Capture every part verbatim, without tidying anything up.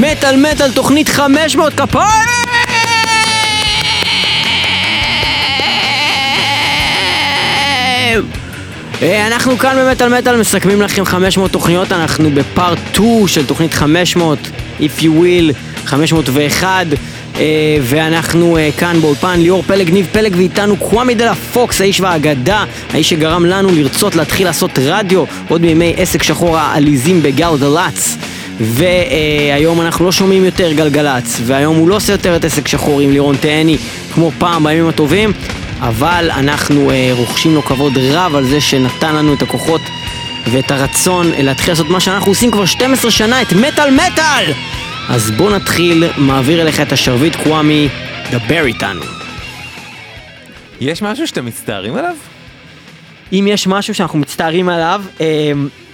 מטל מטל תוכנית חמש מאות כפיים! אנחנו כאן במטל מטל מסכמים לכם חמש מאות תוכניות, אנחנו בפארט שתיים של תוכנית חמש מאות, if you will, חמש מאות ואחת, ואנחנו כאן באולפן ליאור פלג, ניב פלג, ואיתנו קוואמי דלה פוקס, האיש והאגדה, האיש שגרם לנו לרצות להתחיל לעשות רדיו עוד מימי עסק שחור העליזים בגלגלץ, והיום אנחנו לא שומעים יותר גלגלץ, והיום הוא לא עושה יותר את עסק שחור עם לירון תהני כמו פעם בימים הטובים, אבל אנחנו אה, רוכשים לו כבוד רב על זה שנתן לנו את הכוחות ואת הרצון להתחיל לעשות מה שאנחנו עושים כבר שתים עשרה שנה, את מטל מטל. אז בוא נתחיל, מעביר אליך את השרביט קוואמי, דבר איתנו. יש משהו שאתם מצטערים עליו? אם יש משהו שאנחנו מצטערים עליו, אה,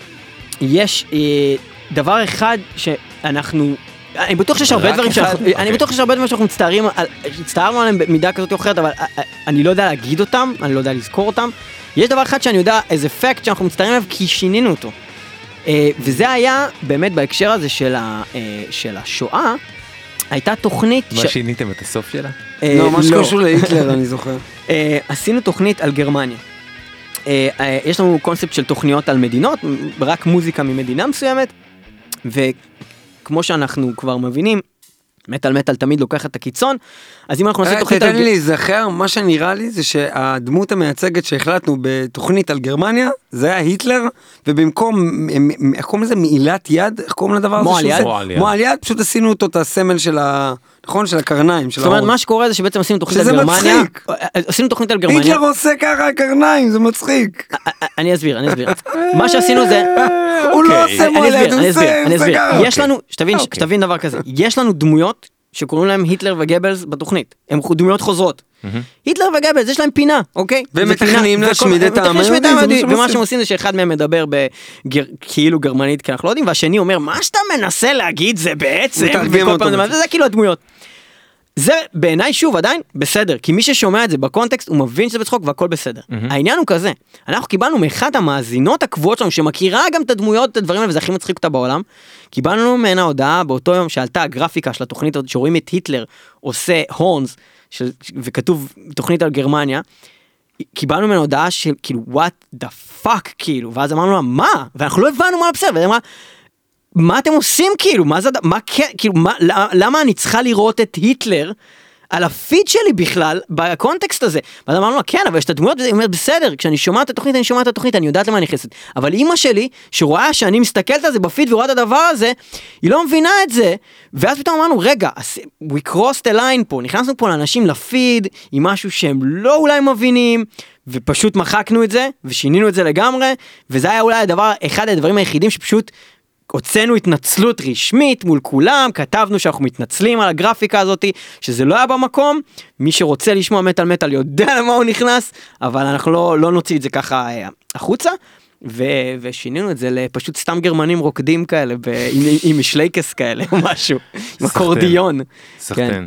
יש אה, דבר אחד שאנחנו... אני בטוח שיש הרבה דברים שאנחנו, אני בטוח שיש הרבה דברים שאנחנו מצטערים, הצטערנו עליהם במידה כזאת או אחרת, אבל אני לא יודע להגיד אותם, אני לא יודע לזכור אותם. יש דבר אחד שאני יודע, איזה פקט שאנחנו מצטערים עליו, כי שינינו אותו. וזה היה באמת בהקשר הזה של השואה, הייתה תוכנית... מה שיניתם את הסוף שלה? לא, מה שקשור להיטלר, אני זוכר. עשינו תוכנית על גרמניה. יש לנו קונספט של תוכניות על מדינות, רק מוזיקה ממדינה מסוימת, ו... כמו שאנחנו כבר מבינים, מטל מטל תמיד לוקח את הקיצון, אז אם אנחנו נעשה תוכנית... תתן לי להיזכר, מה שנראה לי זה שהדמות המייצגת שהחלטנו בתוכנית על גרמניה, זה היה היטלר, ובמקום, איך קוראים לזה? מעילת יד? איך קוראים לדבר הזה? מועל יד. מועל יד, פשוט עשינו אותו את הסמל של ה... נכון? של הקרניים. זאת אומרת, מה שקורה זה שבעצם עשינו תוכנית על גרמניה. שזה מצחיק. עשינו תוכנית על גרמניה. היטלר עושה ככה הקרניים, זה מצחיק. אני אסביר, אני אסביר. מה שעשינו זה... הוא לא עושה מועל יד, הוא עושה ככה. יש לנו, שתבין דבר כזה, יש לנו דמויות שקוראים להם היטלר וגבלס בתוכנית. הם דמויות חוזרות. היטלר וגבלס, יש להם פינה, אוקיי? ומתכננים להשמיד את העם היהודי. ומה שהם עושים זה שאחד מהם מדבר כאילו גרמנית, כי אנחנו לא יודעים, והשני אומר, מה שאתה מנסה להגיד זה בעצם, זה כאילו הדמויות. זה בעיניי שוב עדיין בסדר, כי מי ששומע את זה בקונטקסט הוא מבין שזה בצחוק והכל בסדר. העניין הוא כזה, אנחנו קיבלנו מאחת המאזינות הקבועות שלנו שמכירה גם את הדמויות, את הדברים האלה, וזה הכי מצחיק אותה בעולם, קיבלנו ממנה הודעה באותו יום שעלתה הגרפיקה של התוכנית הזאת, שרואים את היטלר עושה הורנס, וכתוב תוכנית על גרמניה, קיבלנו ממנה הודעה של כאילו what the fuck כאילו, ואז אמרנו לה מה? ואנחנו לא הבנו מה בסדר, והיא אמרה מה אתם עושים כאילו? מה זה, מה, כאילו, מה, למה אני צריכה לראות את היטלר על הפיד שלי בכלל, בקונטקסט הזה? ואז אמרנו לה, כן, אבל יש את הדמויות, וזה אומר, בסדר, כשאני שומעת את התוכנית, אני שומעת את התוכנית, אני יודעת למה אני נכנסת. אבל אמא שלי, שרואה שאני מסתכלת על זה בפיד ורואה את הדבר הזה, היא לא מבינה את זה, ואז פתאום אמרנו, רגע, we crossed the line פה, נכנסנו פה לאנשים לפיד, עם משהו שהם לא אולי מבינים, ופשוט מחקנו את זה, ושינינו את זה לגמרי, וזה היה אולי הדבר, אחד הדברים היחידים שפשוט הוצאנו התנצלות רשמית מול כולם, כתבנו שאנחנו מתנצלים על הגרפיקה הזאת, שזה לא היה במקום, מי שרוצה לשמוע מטל מטל יודע למה הוא נכנס, אבל אנחנו לא, לא נוציא את זה ככה החוצה, ו, ושינינו את זה לפשוט סתם גרמנים רוקדים כאלה, ב, עם, עם משלייקס כאלה או משהו, עם אקורדיון. סחטן.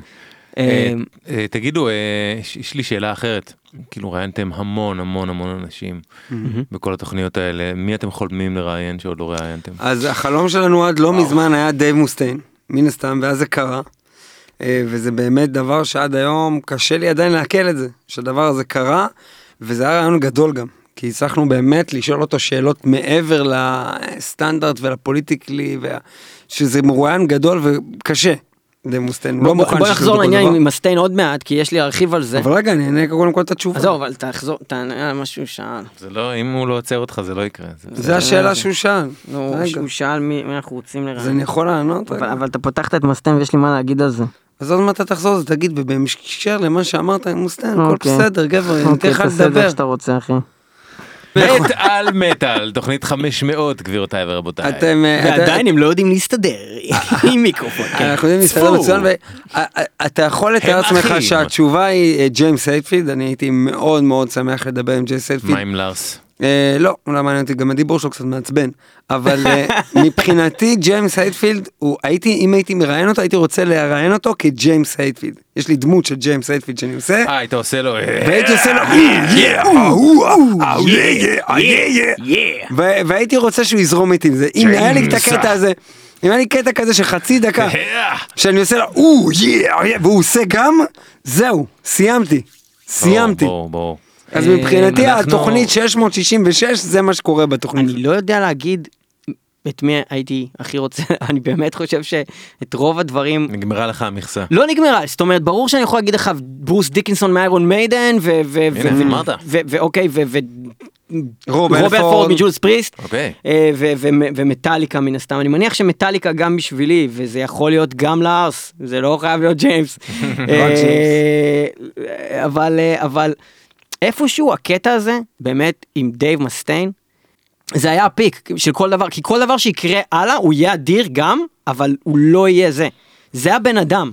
תגידו, יש לי שאלה אחרת, כאילו ראיינתם המון המון המון אנשים בכל התוכניות האלה, מי אתם חולמים לראיין שעוד לא ראיינתם? אז החלום שלנו עד לא מזמן היה דייב מוסטיין, מן הסתם, ואז זה קרה, וזה באמת דבר שעד היום קשה לי עדיין להקל את זה, שהדבר הזה קרה, וזה היה רעיון גדול גם, כי הצלחנו באמת לשאול אותו שאלות מעבר לסטנדרט ולפוליטיקלי, שזה מרואיין גדול וקשה. בוא נחזור לעניין עם מסטיין עוד מעט, כי יש לי להרחיב על זה. אבל רגע, אני אענה קודם כל את התשובה. אז אבל תחזור, תענה על מה שהוא שאל. זה לא, אם הוא לא עוצר אותך, זה לא יקרה. זה השאלה שהוא שאל. הוא שאל מי אנחנו רוצים לראות. אז אני יכול לענות. אבל אתה פותחת את מסטיין ויש לי מה להגיד על זה. אז עוד מעט אתה תחזור, אז תגיד, ובמשקשר למה שאמרת עם מסטיין, הכל בסדר, גבר, אני אתן לך לדבר. בסדר שאתה רוצה, אחי. מטל מטל, תוכנית חמש מאות, גבירותיי ורבותיי. ועדיין הם לא יודעים להסתדר עם מיקרופון. אנחנו יודעים להסתדר מצוין, ואתה יכול לתאר עצמך שהתשובה היא ג'יימס הייטפילד, אני הייתי מאוד מאוד שמח לדבר עם ג'יימס הייטפילד. מה עם לארס? לא, לא מעניין אותי, גם הדיבור שלו קצת מעצבן, אבל מבחינתי ג'יימס הייטפילד, אם הייתי מראיין אותו, הייתי רוצה לראיין אותו כג'יימס הייטפילד. יש לי דמות של ג'יימס הייטפילד שאני עושה. אה, היית עושה לו... והייתי עושה לו... והייתי רוצה שהוא יזרום איתי עם זה. אם היה לי את הקטע הזה, אם היה לי קטע כזה של חצי דקה, שאני עושה לו, והוא עושה גם, זהו, סיימתי. סיימתי. בוא, בוא. אז מבחינתי התוכנית שש מאות שישים ושש זה מה שקורה בתוכנית. אני לא יודע להגיד את מי הייתי הכי רוצה, אני באמת חושב שאת רוב הדברים... נגמרה לך המכסה. לא נגמרה, זאת אומרת, ברור שאני יכול להגיד לך ברוס דיקנסון מאיירון מיידן, ואוקיי, רוברט פורד מג'ודס פריסט, ומטליקה מן הסתם. אני מניח שמטליקה גם בשבילי, וזה יכול להיות גם לארס, זה לא חייב להיות ג'יימס. אבל... איפשהו הקטע הזה, באמת, עם דייב מסטיין, זה היה הפיק של כל דבר, כי כל דבר שיקרה הלאה, הוא יהיה אדיר גם, אבל הוא לא יהיה זה. זה הבן אדם.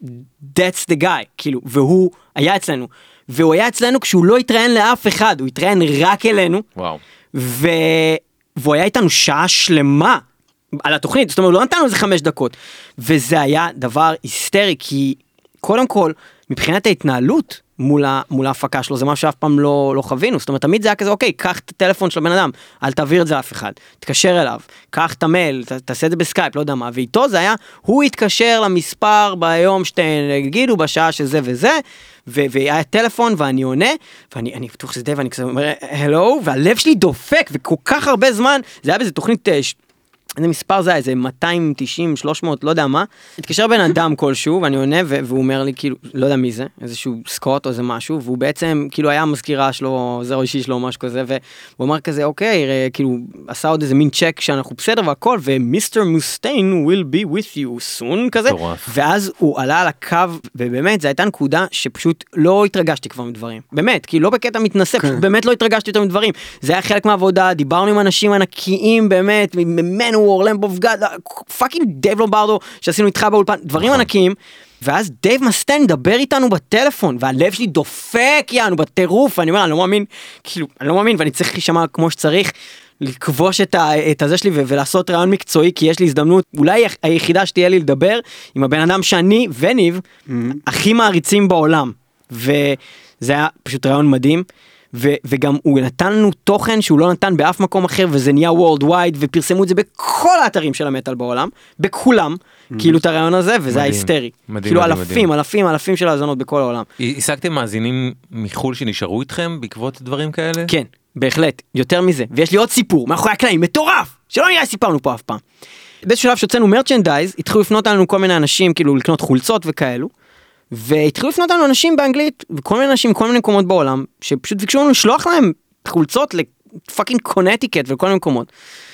That's the guy, כאילו, והוא היה אצלנו. והוא היה אצלנו כשהוא לא התראיין לאף אחד, הוא התראיין רק אלינו. וואו. ו... והוא היה איתנו שעה שלמה על התוכנית, זאת אומרת, הוא לא נתנו איזה חמש דקות. וזה היה דבר היסטרי, כי קודם כל, מבחינת ההתנהלות, מול, מול ההפקה שלו, זה מה שאף פעם לא, לא חווינו, זאת אומרת, תמיד זה היה כזה, אוקיי, קח את הטלפון של הבן אדם, אל תעביר את זה לאף אחד, תקשר אליו, קח את המייל, ת, תעשה את זה בסקייפ, לא יודע מה, ואיתו זה היה, הוא התקשר למספר ביום שתגידו, בשעה שזה וזה, ו- והיה טלפון, ואני עונה, ואני אני בטוח שזה די, ואני כזה אומר, הלו, והלב שלי דופק, וכל כך הרבה זמן, זה היה באיזה תוכנית, איזה מספר זה היה, איזה מאתיים תשעים, שלוש מאות, לא יודע מה. התקשר בן אדם כלשהו, ואני עונה, והוא אומר לי, כאילו, לא יודע מי זה, איזשהו סקוט או איזה משהו, והוא בעצם, כאילו, היה המזכירה שלו, זר אישי שלו, משהו כזה, והוא אומר כזה, אוקיי, כאילו, עשה עוד איזה מין צ'ק שאנחנו בסדר והכל, ומיסטר מוסטיין will be with you soon, כזה. ואז הוא עלה על הקו, ובאמת, זו הייתה נקודה שפשוט לא התרגשתי כבר מדברים. באמת, כי לא בקטע מתנשא, פשוט באמת לא התרגשתי יותר מדברים. זה היה חלק מהעבודה, דיברנו עם אנשים ענקיים, באמת, ממנו אורלמבו וגד, פאקינג דייב לומברדו, שעשינו איתך באולפן, דברים ענקיים, ואז דייב מסטיין מדבר איתנו בטלפון, והלב שלי דופק יענו בטירוף, ואני אומר, אני לא מאמין, כאילו, אני לא מאמין, ואני צריך להישמע כמו שצריך, לכבוש את, ה, את הזה שלי ו- ולעשות רעיון מקצועי, כי יש לי הזדמנות, אולי היחידה שתהיה לי לדבר עם הבן אדם שאני וניב, mm-hmm. הכי מעריצים בעולם, וזה היה פשוט רעיון מדהים, ו- וגם הוא נתן לנו תוכן שהוא לא נתן באף מקום אחר, וזה נהיה worldwide, ופרסמו את זה בכל האתרים של המטל בעולם, בכולם, mm-hmm. כאילו את הרעיון הזה, וזה היה היסטרי. מדהים, כאילו מדהים, אלפים, מדהים. אלפים, אלפים של האזנות בכל העולם. השגתם מאזינים מחול שנשארו איתכם בעקבות דברים כאלה? כן, בהחלט, יותר מזה. ויש לי עוד סיפור, מאחורי הקלעים, מטורף, שלא נראה סיפרנו פה אף פעם. באיזשהו שלב שהוצאנו מרצ'נדייז, התחילו לפנות עלינו כל מיני אנשים, כאילו לקנות חולצות וכאלו, והתחילו לפנות עלינו אנשים באנגלית, וכל מיני אנשים מכל מיני מקומות בעולם, שפשוט ביקשו לנו לשלוח להם חולצות לפאקינג קונטיקט וכל מיני מקומות.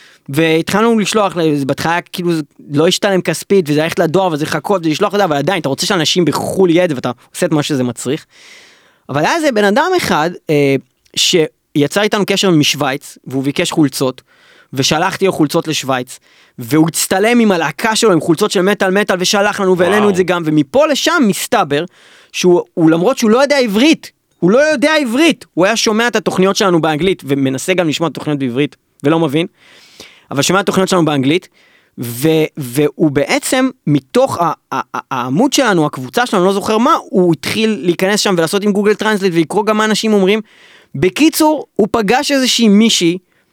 והתחלנו לשלוח, בהתחלה כאילו לא השתלם כספית, וזה הלכת לדואר, וזה לחכות, ולשלוח לדעת, אבל עדיין, אתה רוצה שאנשים בחול ידע, ואתה עושה את מה שזה מצריך. אבל היה איזה בן אדם אחד, אה, שיצר איתנו קשר משוויץ, והוא ביקש חולצות, ושלחתי לו חולצות לשוויץ, והוא הצטלם עם הלהקה שלו, עם חולצות של מטל מטל, ושלח לנו, והעלינו את זה גם, ומפה לשם מסתבר, שהוא, הוא, למרות שהוא לא יודע עברית, הוא לא יודע עברית, הוא היה שומע את התוכניות שלנו באנגלית, ומנסה גם לשמוע את התוכניות בעברית, ולא מבין, אבל שומע את התוכניות שלנו באנגלית, ו, והוא בעצם, מתוך ה, ה, ה, העמוד שלנו, הקבוצה שלנו, לא זוכר מה, הוא התחיל להיכנס שם, ולעשות עם גוגל טרנסלייט, ויקרוא גם מה אנשים אומרים. בקיצור, הוא פגש איזושהי מישהי,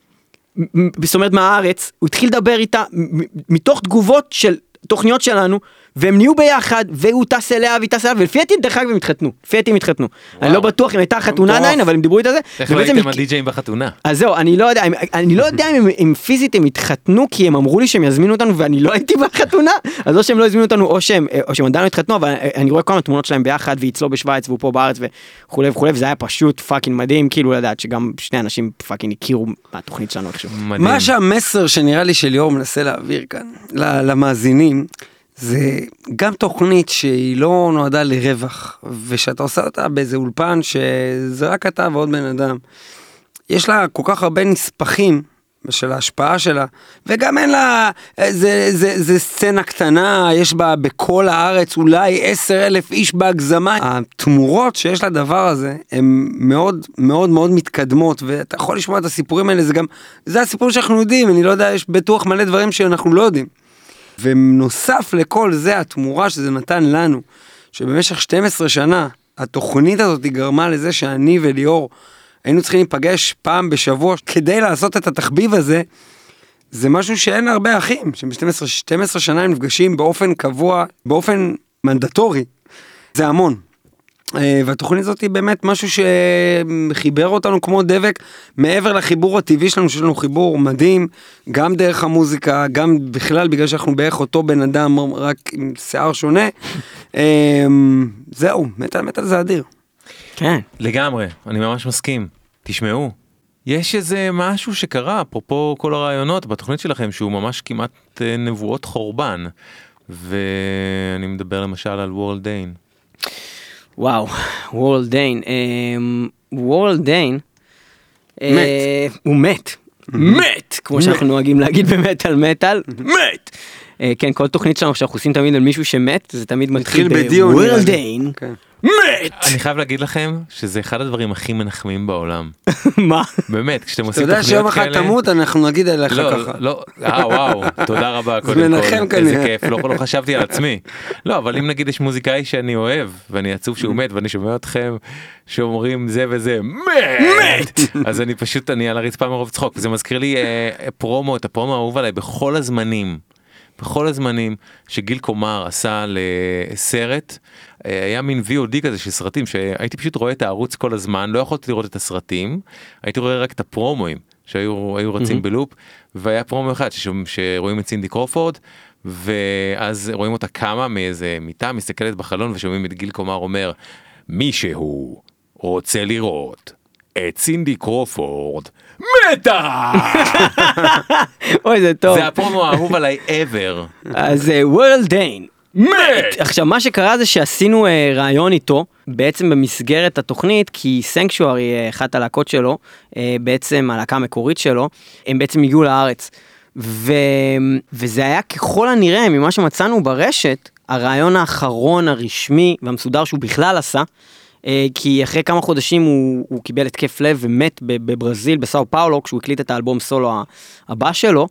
זאת אומרת מהארץ, הוא התחיל לדבר איתה, מתוך תגובות של תוכניות שלנו, והם נהיו ביחד, והוא טס אליה והיא טס אליה, ולפי דעתי דרך אגב הם התחתנו, לפי דעתי הם התחתנו. אני לא בטוח אם הייתה חתונה עדיין, אבל הם דיברו איתה זה. איך לא הייתם הדי-ג'יים בחתונה? אז זהו, אני לא יודע, אני לא יודע אם פיזית הם התחתנו, כי הם אמרו לי שהם יזמינו אותנו, ואני לא הייתי בחתונה, אז או שהם לא יזמינו אותנו, או שהם עדיין התחתנו, אבל אני רואה כל מיני תמונות שלהם ביחד, והיא אצלו בשוויץ, והוא פה בארץ, וכו' וכו', וזה היה פשוט פאקינג מדהים, כאילו לדעת שגם שני אנשים פאקינג הכירו מהתוכנית שלנו איכשהו. מה שהמסר שנראה לי שליאור מנסה להעביר כאן, למאזינים, זה גם תוכנית שהיא לא נועדה לרווח, ושאתה עושה אותה באיזה אולפן שזה רק אתה ועוד בן אדם, יש לה כל כך הרבה נספחים של ההשפעה שלה, וגם אין לה, זה, זה, זה סצנה קטנה, יש בה בכל הארץ אולי עשר אלף איש בהגזמה. התמורות שיש לדבר הזה, הן מאוד מאוד מאוד מתקדמות, ואתה יכול לשמוע את הסיפורים האלה, זה גם, זה הסיפור שאנחנו יודעים, אני לא יודע, יש בטוח מלא דברים שאנחנו לא יודעים. ונוסף לכל זה, התמורה שזה נתן לנו, שבמשך שתים עשרה שנה, התוכנית הזאת היא גרמה לזה שאני וליאור, היינו צריכים להיפגש פעם בשבוע, כדי לעשות את התחביב הזה, זה משהו שאין הרבה אחים, שב-שתים עשרה שנה הם נפגשים באופן קבוע, באופן מנדטורי, זה המון. והתוכנית הזאת היא באמת משהו שחיבר אותנו כמו דבק, מעבר לחיבור הטבעי שלנו, שיש לנו חיבור מדהים, גם דרך המוזיקה, גם בכלל בגלל שאנחנו בערך אותו בן אדם, רק עם שיער שונה. זהו, מטל מטל זה אדיר. כן. לגמרי, אני ממש מסכים. תשמעו, יש איזה משהו שקרה, אפרופו כל הרעיונות בתוכנית שלכם, שהוא ממש כמעט נבואות חורבן, ואני מדבר למשל על וורל דיין. וואו, וורל דיין. וורל דיין, הוא מת. מת! כמו שאנחנו נוהגים להגיד במטל מטל, מת! כן, כל תוכנית שלנו שאנחנו עושים תמיד על מישהו שמת, זה תמיד מתחיל בוורל דיין. מת! אני חייב להגיד לכם שזה אחד הדברים הכי מנחמים בעולם. מה? באמת, כשאתם עושים תוכניות כאלה... אתה יודע שיום אחד תמות, אנחנו נגיד עליך ככה. לא, לא, אה, וואו, תודה רבה, קודם כל. זה מנחם כנראה. איזה כיף, לא חשבתי על עצמי. לא, אבל אם נגיד יש מוזיקאי שאני אוהב, ואני עצוב שהוא מת, ואני שומע אתכם שאומרים זה וזה, מת! אז אני פשוט, אני על הרצפה מרוב צחוק, וזה מזכיר לי פרומו, את הפרומו האהוב עליי בכל הזמנים. בכל הזמנים שגיל קומר עשה לסרט, היה מין וי או די כזה של סרטים, שהייתי פשוט רואה את הערוץ כל הזמן, לא יכולתי לראות את הסרטים, הייתי רואה רק את הפרומואים שהיו היו רצים בלופ, והיה פרומו אחד שרואים את סינדי קרופורד, ואז רואים אותה קמה מאיזה מיטה, מסתכלת בחלון, ושומעים את גיל קומר אומר, מישהו רוצה לראות את סינדי קרופורד, מתה! אוי, זה טוב. זה הפרומו האהוב עליי ever. אז וורל דיין, מת! עכשיו, מה שקרה זה שעשינו רעיון איתו, בעצם במסגרת התוכנית, כי סנקשוארי, אחת הלהקות שלו, בעצם הלהקה המקורית שלו, הם בעצם הגיעו לארץ. ו... וזה היה ככל הנראה, ממה שמצאנו ברשת, הרעיון האחרון הרשמי והמסודר שהוא בכלל עשה, כי אחרי כמה חודשים הוא, הוא קיבל התקף לב ומת בברזיל, בסאו פאולו, כשהוא הקליט את האלבום סולו הבא שלו,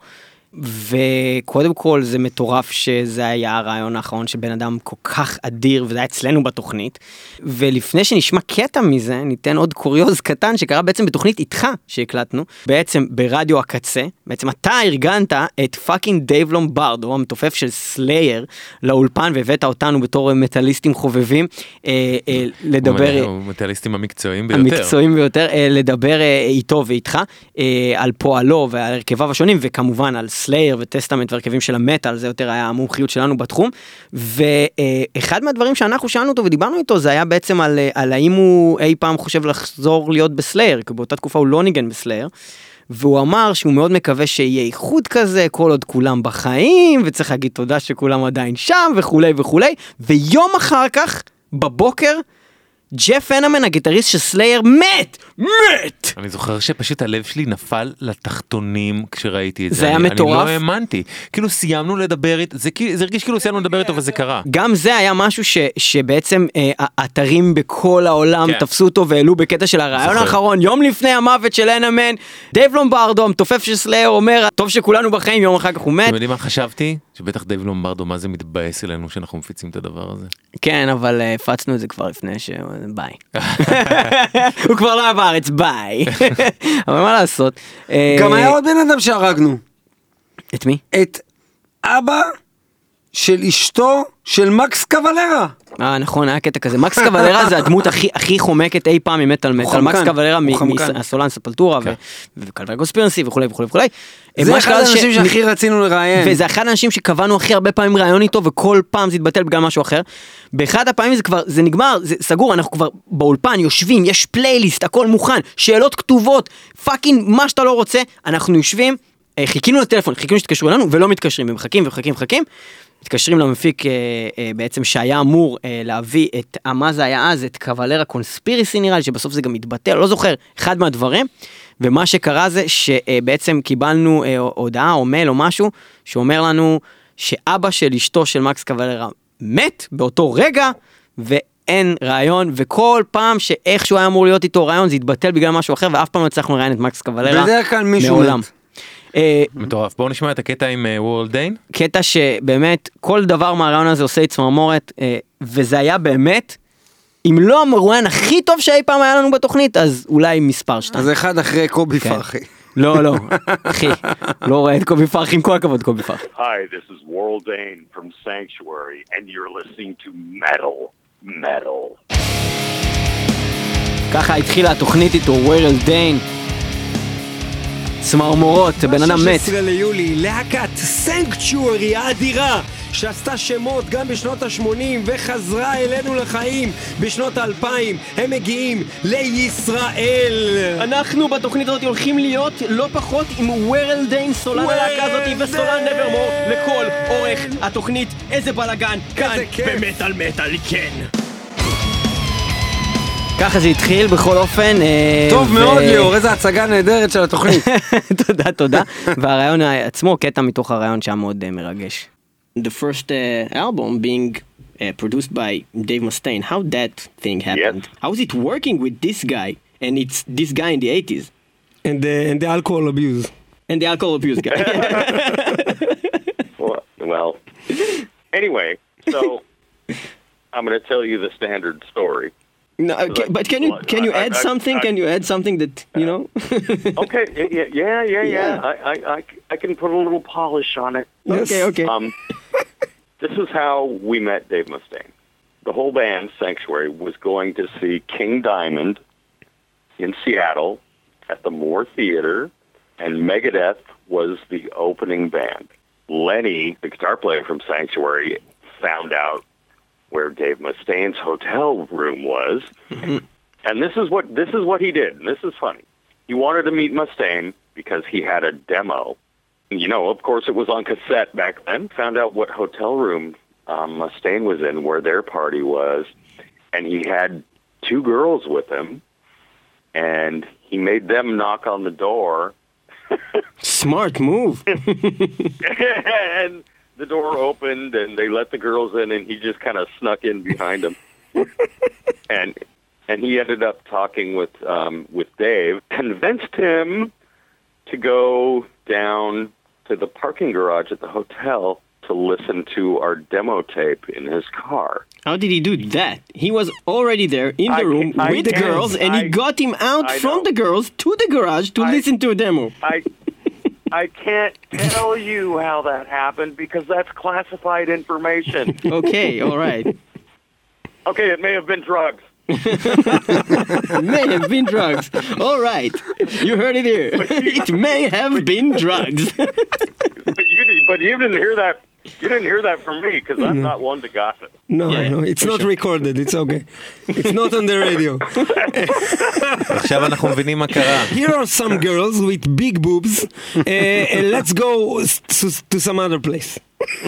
וקודם כל זה מטורף שזה היה הרעיון האחרון של בן אדם כל כך אדיר, וזה היה אצלנו בתוכנית. ולפני שנשמע קטע מזה, ניתן עוד קוריוז קטן שקרה בעצם בתוכנית איתך שהקלטנו, בעצם ברדיו הקצה, בעצם אתה ארגנת את פאקינג דייב לומברדו, המתופף של סלייר, לאולפן, והבאת אותנו בתור מטליסטים חובבים, אה, אה, לדבר... מטליסטים המקצועיים ביותר. המקצועיים ביותר, אה, לדבר אה, איתו ואיתך, אה, על פועלו ועל הרכביו השונים, וכמובן על סלייר וטסטמנט והרכבים של המטל, זה יותר היה המומחיות שלנו בתחום, ואחד מהדברים שאנחנו שאלנו אותו ודיברנו איתו, זה היה בעצם על, על האם הוא אי פעם חושב לחזור להיות בסלייר, כי באותה תקופה הוא לא ניגן בסלייר, והוא אמר שהוא מאוד מקווה שיהיה איחוד כזה, כל עוד כולם בחיים, וצריך להגיד תודה שכולם עדיין שם, וכולי וכולי, ויום אחר כך, בבוקר, ג'ף הנמן, הגיטריסט של סלייר, מת! מת! אני זוכר שפשוט הלב שלי נפל לתחתונים כשראיתי את זה. זה היה אני, מטורף. אני לא האמנתי. כאילו סיימנו לדבר איתו, זה, זה הרגיש כאילו סיימנו לדבר איתו וזה קרה. גם זה היה משהו ש, שבעצם אה, אתרים בכל העולם כן. תפסו אותו והעלו בקטע של הרעיון האחרון, יום לפני המוות של הנמן, דייב לומברדו, המתופף של סלייר, אומר, טוב שכולנו בחיים, יום אחר כך הוא מת. אתם יודעים מה חשבתי? שבטח דייב לומברדו, מה זה מתבאס אלינו שאנחנו מפיצים את הדבר הזה? כן, אבל הפצנו את זה כבר לפני ש... ביי. הוא כבר לא היה בארץ, ביי. אבל מה לעשות? גם היה עוד בן אדם שהרגנו. את מי? את אבא של אשתו של מקס קוולרה. אה, נכון, היה קטע כזה. מקס קוולרה זה הדמות הכי, הכי חומקת אי פעם ממטל מטל. מקס קוולרה מהסולן ספלטורה וכלבי קונספירנסי וכולי וכולי וכולי. זה אחד האנשים שהכי רצינו לראיין. וזה אחד האנשים שקבענו הכי הרבה פעמים ראיון איתו, וכל פעם זה התבטל בגלל משהו אחר. באחד הפעמים זה כבר, זה נגמר, זה סגור, אנחנו כבר באולפן יושבים, יש פלייליסט, הכל מוכן, שאלות כתובות, פאקינג מה שאתה לא רוצה, אנחנו יושבים, חיכינו לטלפון, חיכינו שתקשרו אלינו, ולא מתקשרים, ומחכים ומחכים ומחכים, מתקשרים למפיק אה, אה, בעצם שהיה אמור אה, להביא את, מה זה היה אז, את קוולרה קונספירסי נראה לי, שבסוף זה גם מתבטל, לא זוכר, אחד מהדברים, ומה שקרה זה שבעצם קיבלנו הודעה או מייל או משהו, שאומר לנו שאבא של אשתו של מקס קוולרה מת באותו רגע, ואין רעיון, וכל פעם שאיכשהו היה אמור להיות איתו רעיון, זה התבטל בגלל משהו אחר, ואף פעם לא הצלחנו לראיין את מקס קוולרה. בדרך כלל מישהו מת. מטורף. בואו נשמע את הקטע עם וורלד דיין. קטע שבאמת כל דבר מהרעיון הזה עושה צמרמורת, וזה היה באמת, אם לא המרואיין הכי טוב שאי פעם היה לנו בתוכנית, אז אולי מספר שתיים. אז אחד אחרי קובי פרחי. לא, לא, אחי, לא רואה את קובי פרחי, עם כל הכבוד קובי פרחי. Hi, this is World Dane from Sanctuary, and you're listening to Metal, Metal. ככה התחילה התוכנית איתו, וורלד דיין. צמרמורות, בן אדם מת. ב-שישה עשר ליולי, להקת סנקצ'וארי האדירה, שעשתה שמות גם בשנות ה-שמונים וחזרה אלינו לחיים בשנות ה-אלפיים, הם מגיעים לישראל. אנחנו בתוכנית הזאת הולכים להיות לא פחות עם וורלד דיין, סולן הלהקה הזאת וסולן נברמור לכל אורך התוכנית. איזה בלגן כאן במטל מטל, כן. ככה זה התחיל בכל אופן. טוב מאוד ליאור, איזה הצגה נהדרת של התוכנית. תודה, תודה. והרעיון עצמו, קטע מתוך הרעיון שהיה מאוד מרגש. The first uh, album being uh, produced by Dave Mustaine, how that thing happened? Yes. How is it working with this guy? And it's this guy in the eighties. And the, and the alcohol abuse. And the alcohol abuse guy. Well, well, anyway, so I'm going to tell you the standard story. No, okay, but can you can you add I, I, something? I, can you add something that you know? Okay, yeah, yeah, yeah, yeah. Yeah. I, I, I, I can put a little polish on it. Okay, okay. Um, this is how we met Dave Mustaine. The whole band, Sanctuary, was going to see King Diamond in Seattle at the Moore Theater, and Megadeth was the opening band. Lenny, the guitar player from Sanctuary, found out where Dave Mustaine's hotel room was, and this is what this is what he did. And this is funny. He wanted to meet Mustaine because he had a demo. You know, of course, it was on cassette back then. Found out what hotel room um, Mustaine was in, where their party was, and he had two girls with him, and he made them knock on the door. Smart move. And the door opened and they let the girls in, and he just kind of snuck in behind them. and and he ended up talking with um, with Dave, convinced him to go down to the parking garage at the hotel to listen to our demo tape in his car. How did he do that? He was already there in the I room can- I with the can- girls, and he I- got him out I from know. the girls to the garage to I- listen to a demo. I I can't tell you how that happened because that's classified information. Okay, all right. Okay, it may have been drugs. May have been drugs. All right, you heard it here. It may have been drugs. But you, did- but you didn't hear that. You didn't hear that from me because I'm not one to gossip. No, Yeah, no, it's not recorded, it's okay. It's not on the radio. עכשיו אנחנו מבינים מה קרה. Here are some girls with big boobs. Uh, and let's go to, to some other place.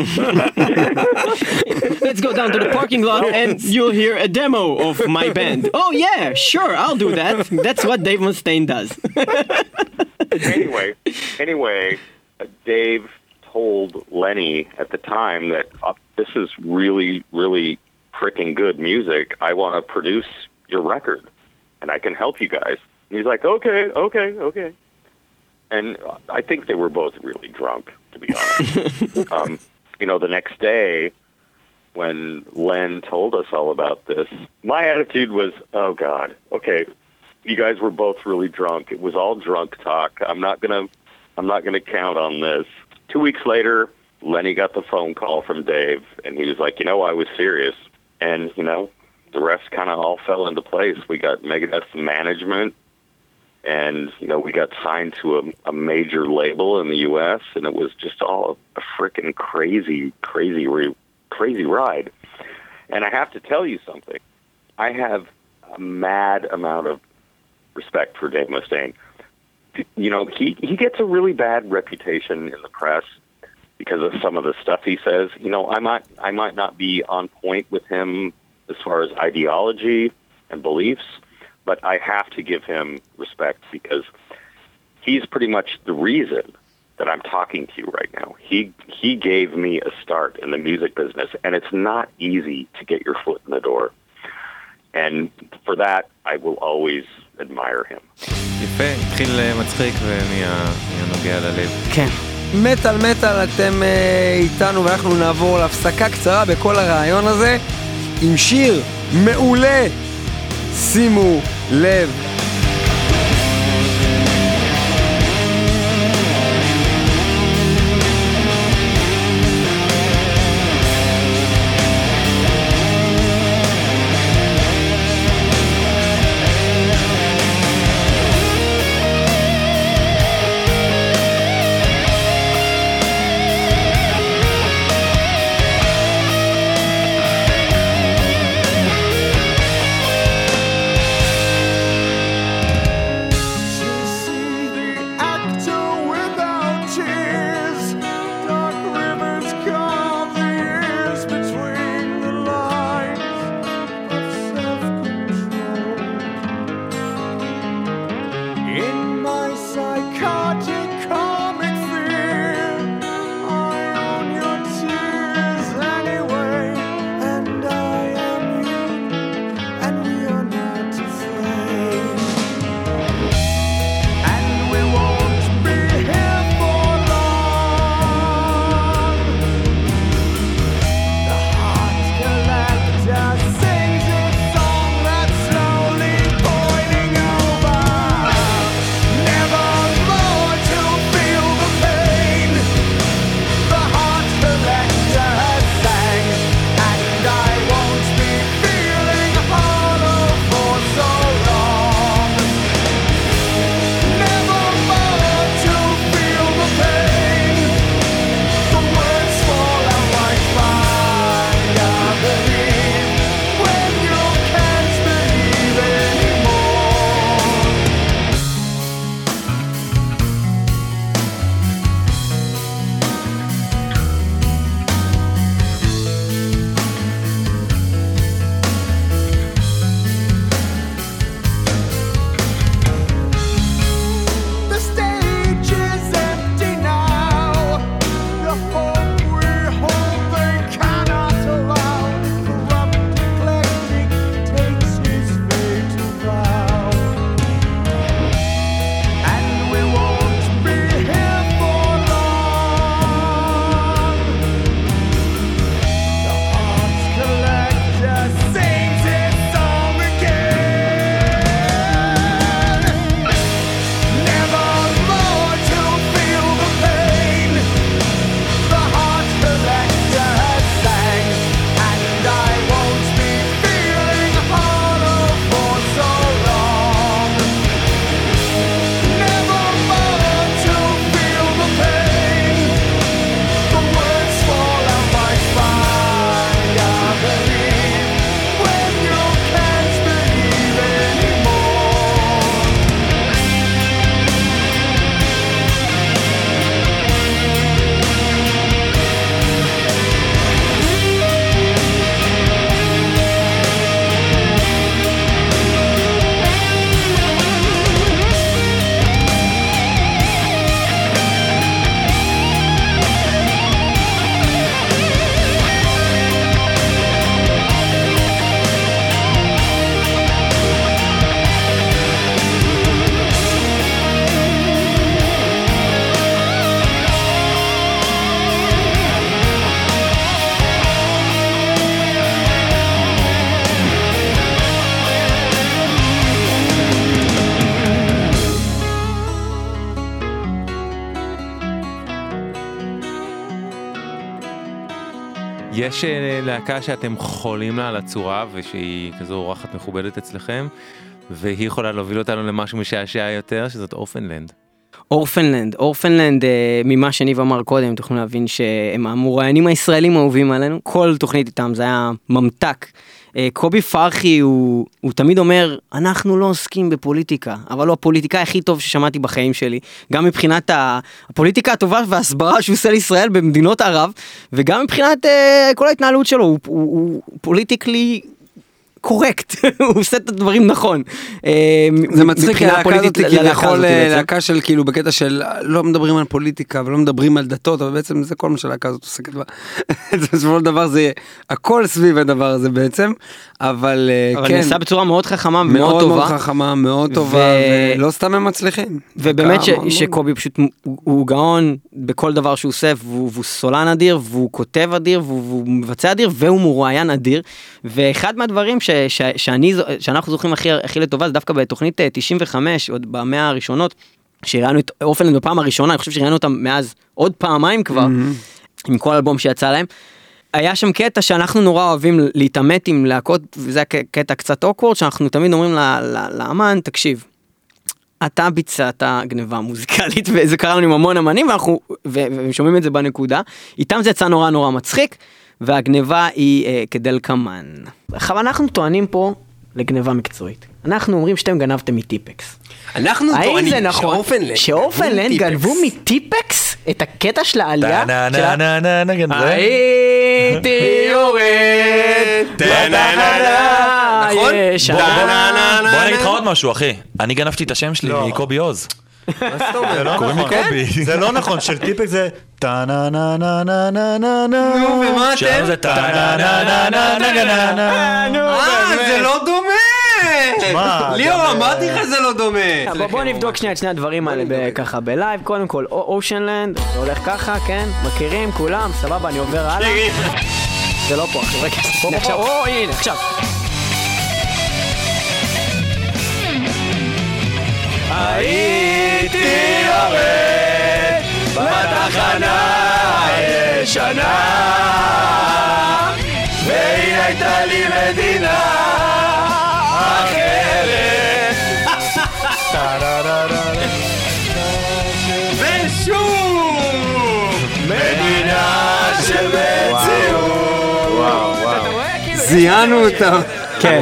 Let's go down to the parking lot and you'll hear a demo of my band. Oh yeah, sure, I'll do that. That's what Dave Mustaine does. Anyway, anyway, uh, Dave told Lenny at the time that uh, this is really, really freaking good music. I want to produce your record, and I can help you guys. And he's like, okay, okay, okay. And I think they were both really drunk, to be honest. um, you know, the next day, when Len told us all about this, my attitude was, oh God, okay, you guys were both really drunk. It was all drunk talk. I'm not gonna, I'm not gonna count on this. Two weeks later, Lenny got the phone call from Dave, and he was like, you know, I was serious. And, you know, the rest kind of all fell into place. We got Megadeth's management, and, you know, we got signed to a, a major label in the U S, and it was just all a freaking crazy, crazy, re- crazy ride. And I have to tell you something. I have a mad amount of respect for Dave Mustaine. You know, he, he gets a really bad reputation in the press because of some of the stuff he says. You know, I might I might not be on point with him as far as ideology and beliefs, but I have to give him respect because he's pretty much the reason that I'm talking to you right now. He he gave me a start in the music business, and it's not easy to get your foot in the door. And for that, I will always admire him. יפה, התחיל מצחיק ונהיה נוגע ללב. כן. מטל מטל, אתם אה, איתנו, ואנחנו נעבור להפסקה קצרה בכל הרעיון הזה עם שיר מעולה. שימו לב. יש להקה שאתם חולים לה על הצורה ושהיא כזו אורחת מכובדת אצלכם והיא יכולה להוביל אותנו למשהו משעשע יותר, שזאת אורפנלנד. אורפנלנד, אורפנלנד, ממה שניב אמר קודם, תוכלו להבין שהם המוראיינים הישראלים האהובים עלינו, כל תוכנית איתם זה היה ממתק. קובי פרחי הוא, הוא תמיד אומר, אנחנו לא עוסקים בפוליטיקה, אבל הוא הפוליטיקאי הכי טוב ששמעתי בחיים שלי, גם מבחינת הפוליטיקה הטובה וההסברה שהוא עושה לישראל במדינות ערב, וגם מבחינת uh, כל ההתנהלות שלו, הוא, הוא, הוא פוליטיקלי קורקט, הוא עושה את הדברים נכון. זה מצחיק, הלהקה הזאת כביכול להקה של כאילו בקטע של לא מדברים על פוליטיקה ולא מדברים על דתות, אבל בעצם זה כל מה שהלהקה הזאת עוסקת בה. זה שבול דבר, זה הכל סביב הדבר הזה בעצם, אבל כן. אבל נעשה בצורה מאוד חכמה, מאוד טובה. מאוד מאוד חכמה, מאוד טובה, ולא סתם הם מצליחים. ובאמת שקובי פשוט, הוא גאון בכל דבר שהוא עושה, והוא סולן אדיר, והוא כותב אדיר, והוא מבצע אדיר, והוא מרואיין אדיר, ואחד מהדברים ש, ש, שאני, שאנחנו זוכרים הכי, הכי לטובה, זה דווקא בתוכנית תשעים וחמש, עוד במאה הראשונות, שראינו את אופנלנד בפעם הראשונה, אני חושב שראינו אותם מאז עוד פעמיים כבר, mm-hmm. עם כל אלבום שיצא להם, היה שם קטע שאנחנו נורא אוהבים להתעמת עם להקות, וזה קטע קצת אוקוורד, שאנחנו תמיד אומרים לאמן, תקשיב, אתה ביצעת גניבה מוזיקלית, וזה קרה לנו עם המון אמנים, ואנחנו ושומעים את זה בנקודה, איתם זה יצא נורא נורא מצחיק, והגניבה היא אה, כדלקמן. עכשיו אנחנו טוענים פה לגניבה מקצועית. אנחנו אומרים שאתם גנבתם מטיפקס. אנחנו טוענים שאופנלנד שאופנלנד גנבו מטיפקס את הקטע של העלייה הייתי יורד בתחנה ישנה. בוא אני אגיד לך עוד משהו אחי, אני גנבתי את השם שלי מקובי עוז. קוראים לי קובי. זה לא נכון, של טיפקס זה טה נה נה נה נה נה נה נה. נו, ומה אתם? שלנו זה טה נה נה נה נה נה נה נה. אה, זה לא דומה! ליאור, אמרתי לך זה לא דומה. בוא נבדוק שנייה את שני הדברים האלה ככה בלייב. קודם כל, אושנלנד, זה הולך ככה, כן? מכירים כולם, סבבה, אני עובר הלאה. זה לא פה, עכשיו, רגע, עכשיו, או, הנה, עכשיו. הייתי יורד בתחנה הישנה והיא הייתה לי מדינה אחרת ושוב מדינה של מציאות. זיינו אותה. כן.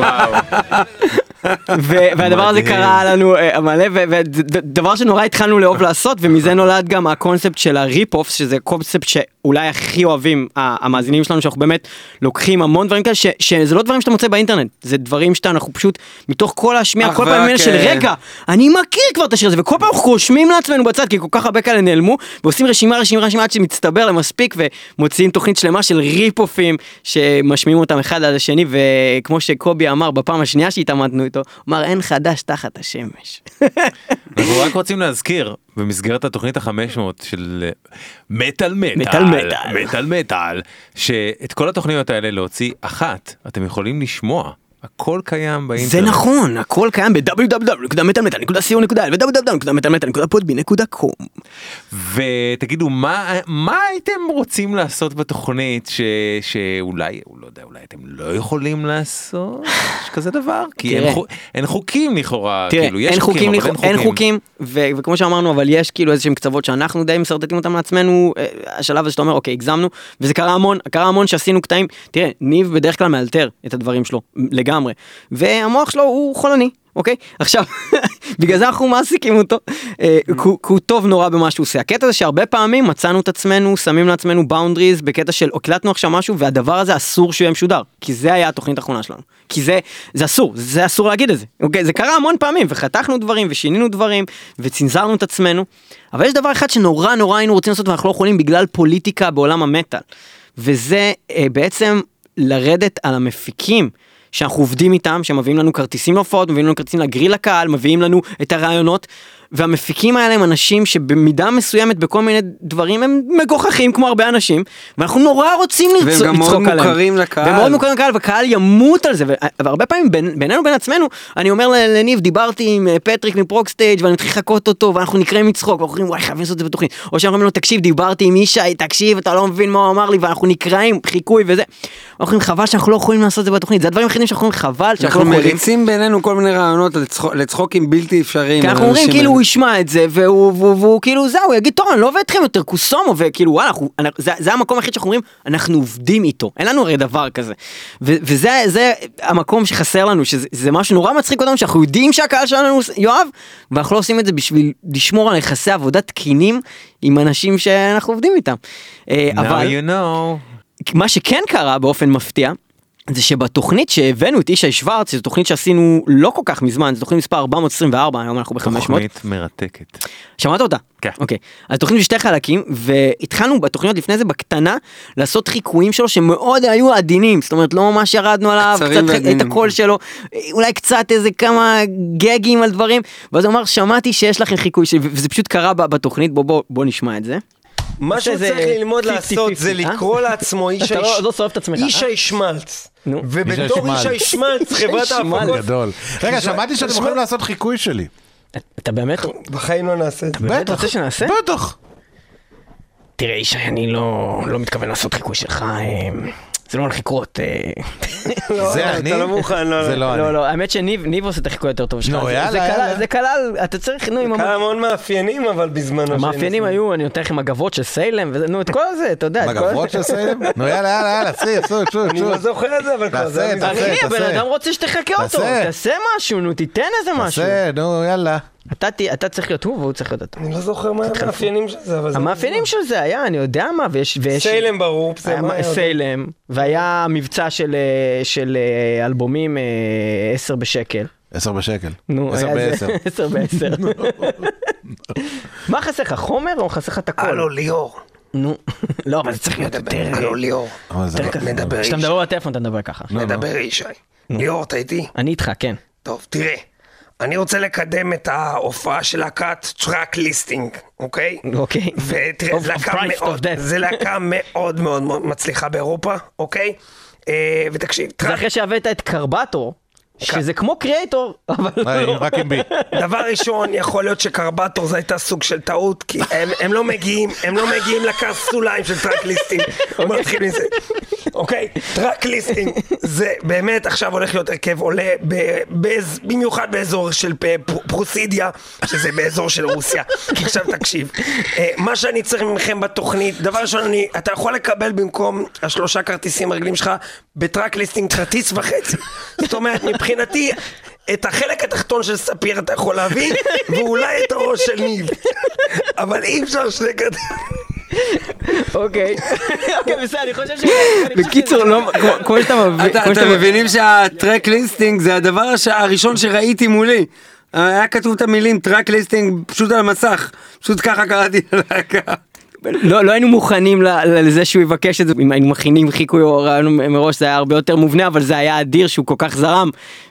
והדבר הזה קרה לנו מלא, ודבר שנורא התחלנו לאהוב לעשות, ומזה נולד גם הקונספט של הריפ-אוף, שזה קונספט שאולי הכי אוהבים המאזינים שלנו, שאנחנו באמת לוקחים המון דברים כאלה, שזה לא דברים שאתה מוצא באינטרנט, זה דברים שאתה, אנחנו פשוט, מתוך כל השמיעה, כל פעם ממנה של רגע, אני מכיר כבר את השיר הזה, וכל פעם אנחנו רושמים לעצמנו בצד, כי כל כך הרבה כאלה נעלמו, ועושים רשימה, רשימה, רשימה, עד שמצטבר למספיק, ומוציאים תוכנית שלמה של ריפ-אופים, שמשמיעים אותם אחד על השני, וכמו שקובי אמר בפעם השנייה שהתעמתנו איתו, אמר, אין חדש תחת השמש. אנחנו רק רוצים להזכיר, במסגרת התוכנית ה-חמש מאות של מטל מטל, מטל מטל, מטל מטל, שאת כל התוכניות האלה להוציא אחת, אתם יכולים לשמוע. הכל קיים באינטרנט. זה נכון, הכל קיים ב-דאבליו דאבליו דאבליו נקודה מטל מטל נקודה סי או נקודה אל ו-דאבליו דאבליו דאבליו נקודה מטל מטל נקודה פודבין נקודה קום. ותגידו, מה, מה הייתם רוצים לעשות בתוכנית ש, שאולי, לא יודע, אולי אתם לא יכולים לעשות? יש כזה דבר? כי אין, חוק, אין חוקים לכאורה. תראה, כאילו, יש אין חוקים, חוקים, אבל אין חוקים. אין חוקים, ו- וכמו שאמרנו, אבל יש כאילו איזשהם קצוות שאנחנו די מסרטטים אותם לעצמנו, השלב הזה שאתה אומר, אוקיי, הגזמנו, וזה קרה המון, קרה המון שעשינו קטעים. תראה, ניב בדרך כלל מאלתר את הדברים שלו, לגמרי. והמוח שלו הוא חולני, אוקיי? עכשיו, בגלל זה אנחנו מעסיקים אותו, כי הוא טוב נורא במה שהוא עושה. הקטע זה שהרבה פעמים מצאנו את עצמנו, שמים לעצמנו באונדריז, בקטע של הקלטנו עכשיו משהו, והדבר הזה אסור שהוא יהיה משודר, כי זה היה התוכנית האחרונה שלנו. כי זה, זה אסור, זה אסור להגיד את זה. אוקיי? זה קרה המון פעמים, וחתכנו דברים, ושינינו דברים, וצנזרנו את עצמנו, אבל יש דבר אחד שנורא נורא היינו רוצים לעשות, ואנחנו לא יכולים בגלל פוליטיקה בעולם המטל, וזה בעצם לרדת על המפיקים, שאנחנו עובדים איתם, שמביאים לנו כרטיסים להופעות, מביאים לנו כרטיסים לגריל לקהל, מביאים לנו את הרעיונות, והמפיקים האלה הם אנשים שבמידה מסוימת בכל מיני דברים הם מגוחכים כמו הרבה אנשים, ואנחנו נורא רוצים לצחוק עליהם. והם גם מאוד מוכרים לקהל. והם מאוד מוכרים לקהל, והקהל ימות על זה, והרבה פעמים בינינו בין עצמנו, אני אומר לניב, דיברתי עם פטריק מפרוקסטייג' ואני מתחיל לחכות אותו, ואנחנו נקראים מצחוק, ואנחנו אומרים, וואי, חייבים לעשות את זה בתוכנית. או שאנחנו אומרים לו, תקשיב, דיברתי עם ישי, תקשיב, אתה לא מבין מה הוא אמר לי, ואנחנו נקראים, חיקוי וזה. אנחנו אומרים, חבל שאנחנו לא יכולים לעשות את זה בתוכנית. זה הדברים היחידים שאנחנו אומרים, חבל שאנחנו לא יכולים. אנחנו מריצים בינינו כל מיני רעיונות לצחוקים בלתי אפשריים. כי אנחנו אומרים, כאילו הוא ישמע את זה, והוא, והוא, והוא כאילו זהו, הוא יגיד, טוב, אני לא עובד אתכם יותר קוסומו, וכאילו, וואלה, אנחנו, זה, זה המקום היחיד שאנחנו אומרים, אנחנו עובדים איתו, אין לנו הרי דבר כזה. ו, וזה, זה המקום שחסר לנו, שזה זה משהו נורא מצחיק אותנו, שאנחנו יודעים שהקהל שלנו יואב, ואנחנו לא עושים את זה בשביל לשמור על יחסי עבודה תקינים, עם אנשים שאנחנו עובדים איתם. Now אבל, you know. מה שכן קרה באופן מפתיע, זה שבתוכנית שהבאנו את ישי שוורץ, זו תוכנית שעשינו לא כל כך מזמן, זו תוכנית מספר ארבע מאות עשרים וארבע, היום אנחנו ב-חמש מאות. תוכנית מרתקת. שמעת אותה? כן. אוקיי. אז תוכנית בשתי חלקים, והתחלנו בתוכניות לפני זה בקטנה, לעשות חיקויים שלו שמאוד היו עדינים, זאת אומרת לא ממש ירדנו עליו, קצת את הקול שלו, אולי קצת איזה כמה גגים על דברים, ואז הוא אמר, שמעתי שיש לכם חיקוי, וזה פשוט קרה בתוכנית, בוא בוא בוא נשמע את זה. מה שהוא צריך ללמוד לעשות זה לקרוא לעצמו ישי שמלץ. ובתור ישי שמלץ חברת ההפקות גדול. רגע, שמעתי שאתם יכולים לעשות חיקוי שלי. אתה באמת? בחיים לא נעשה את זה. אתה באמת רוצה שנעשה? בטח. תראה ישי, אני לא מתכוון לעשות חיקוי שלך, זה לא הולך לקרות. זה אני? אתה לא מוכן, לא. לא, לא, האמת שניב עושה את החיקוי יותר טוב שלך. זה כלל, אתה צריך, נו, זה כלל המון מאפיינים, אבל בזמנו. המאפיינים היו, אני נותן לכם מגבות של סיילם, נו, את כל זה, אתה יודע. מגבות של סיילם? נו, יאללה, יאללה, יאללה, צרי, צרי, צרי. אני לא זוכר את זה, אבל כבר זה. אחי, הבן אדם רוצה שתחכה אותו, תעשה משהו, נו, תיתן איזה משהו. תעשה, נו, יאללה. אתה צריך להיות הוא והוא צריך להיות אותו. אני לא זוכר מה המאפיינים של זה, אבל זה... המאפיינים של זה היה, אני יודע מה, ויש... סיילם ברור, סיילם, והיה מבצע של אלבומים עשר בשקל. עשר בשקל. נו, עשר בעשר. עשר בעשר. מה חסך, חומר או חסך את הכל? הלו, ליאור. נו, לא, אבל זה צריך להיות יותר... הלו, ליאור. מדבר אישי. כשאתה מדבר בטלפון, אתה מדבר ככה. מדבר אישי. ליאור, אתה איתי? אני איתך, כן. טוב, תראה. אני רוצה לקדם את ההופעה של להקת טראק ליסטינג, אוקיי? אוקיי. ותראה, זה להקה מאוד מאוד מצליחה באירופה, אוקיי? ותקשיב, זה אחרי שהבאת את קרבטור, שזה כמו קריאטור, אבל לא. רק עם בי. דבר ראשון, יכול להיות שקרבטור זה הייתה סוג של טעות, כי הם לא מגיעים, הם לא מגיעים לקרסוליים של טראק ליסטינג. מתחיל מזה. אוקיי, טראק ליסטינג, זה באמת עכשיו הולך להיות הרכב עולה במיוחד באזור של פרוסידיה, שזה באזור של רוסיה. עכשיו תקשיב, מה שאני צריך ממכם בתוכנית, דבר ראשון, אתה יכול לקבל במקום השלושה כרטיסים הרגלים שלך, בטראק ליסטינג כרטיס וחצי. זאת אומרת, מבחינתי, את החלק התחתון של ספיר אתה יכול להביא, ואולי את הראש של ניב. אבל אי אפשר שני כרטיסים. אוקיי, אוקיי, בסדר, אני חושב ש... בקיצור, כמו שאתם מבינים שהטרק ליסטינג זה הדבר הראשון שראיתי מולי. היה כתוב את המילים טרק ליסטינג פשוט על המסך, פשוט ככה קראתי ללהקה. לא, לא היינו מוכנים לזה שהוא יבקש את זה, אם היינו מכינים חיקוי או רעיון מראש זה היה הרבה יותר מובנה, אבל זה היה אדיר שהוא כל כך זרם,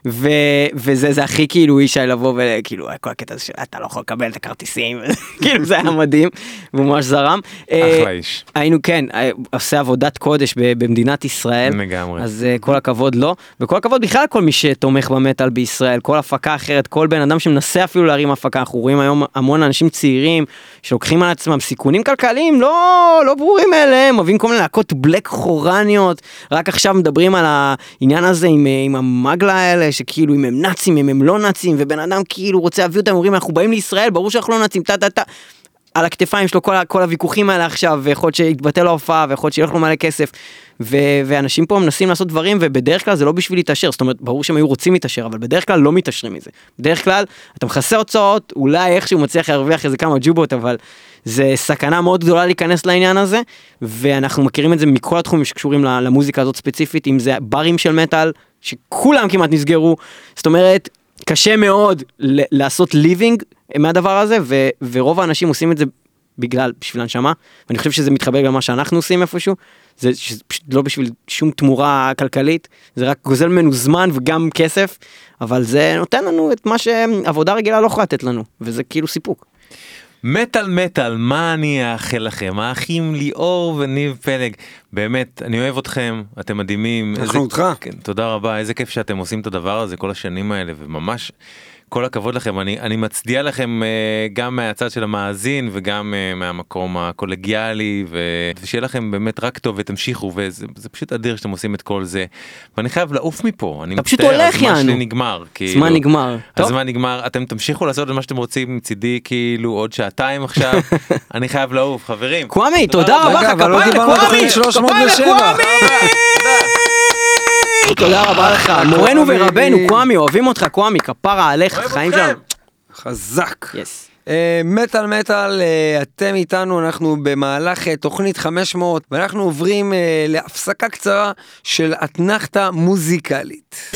וזה זה הכי כאילו ישי לבוא וכאילו כל הקטע הזה שאתה לא יכול לקבל את הכרטיסים, כאילו זה היה מדהים, והוא ממש זרם. אחלה איש. היינו כן, עושה עבודת קודש במדינת ישראל, לגמרי. אז כל הכבוד לו, וכל הכבוד בכלל כל מי שתומך במטל בישראל, כל הפקה אחרת, כל בן אדם שמנסה אפילו להרים הפקה, אנחנו רואים היום המון אנשים צעירים שלוקחים על עצמם סיכונים כלכליים, לא, לא ברורים אליהם, מביאים כל מיני להקות בלק חורניות, רק עכשיו מדברים על העניין הזה עם, עם המגלה האלה, שכאילו אם הם נאצים, אם הם לא נאצים, ובן אדם כאילו רוצה להביא אותם, אומרים אנחנו באים לישראל, ברור שאנחנו לא נאצים, טה טה טה, על הכתפיים שלו כל, כל הוויכוחים האלה עכשיו, ויכול להיות שיתבטל להופעה, ויכול להיות שילך לו מלא כסף, ו- ואנשים פה מנסים לעשות דברים, ובדרך כלל זה לא בשביל להתאשר, זאת אומרת, ברור שהם היו רוצים להתאשר, אבל בדרך כלל לא מתאשרים מזה. בדרך כלל, אתה מכסה הוצאות, אולי איכשהו מצליח להרוויח איזה כמה ג'ובות, אבל זה סכנה מאוד גדולה להיכנס לעניין הזה, ואנחנו מכירים את זה מכל התחומים שקשורים למוזיקה הזאת ספציפית, אם זה ברים של מטל, שכולם כמעט נסגרו, זאת אומרת, קשה מאוד לעשות ליבינג מהדבר הזה, ו- ורוב האנשים עושים את זה בגלל, בשביל הנשמה, ואני חושב שזה מתחבר גם מה שאנחנו עושים איפשהו, זה פשוט לא בשביל שום תמורה כלכלית, זה רק גוזל ממנו זמן וגם כסף, אבל זה נותן לנו את מה שעבודה רגילה לא יכולה לתת לנו, וזה כאילו סיפוק. מטל מטל, מה אני אאחל לכם? האחים ליאור וניב פלג, באמת, אני אוהב אתכם, אתם מדהימים. אנחנו אותך. כן, תודה רבה, איזה כיף שאתם עושים את הדבר הזה כל השנים האלה, וממש כל הכבוד לכם, אני, אני מצדיע לכם uh, גם מהצד של המאזין, וגם uh, מהמקום הקולגיאלי, ו... ושיהיה לכם באמת רק טוב ותמשיכו, וזה זה פשוט אדיר שאתם עושים את כל זה, ואני חייב לעוף מפה, אני מצטער, הזמן שלי נגמר. הזמן נגמר. הזמן נגמר, אתם תמשיכו לעשות את מה שאתם רוצים מצידי, כאילו עוד שעתיים עכשיו, אני חייב לעוף, חברים. קוואמי, תודה רבה לך, קוואמי, שלוש מאות ושבע. תודה רבה לך, מורנו ורבנו, קוואמי, אוהבים אותך, קוואמי, כפרה עליך, חיים שלנו. חזק. יס. מטל מטל, אתם איתנו, אנחנו במהלך תוכנית חמש מאות, ואנחנו עוברים להפסקה קצרה של אתנחתה מוזיקלית.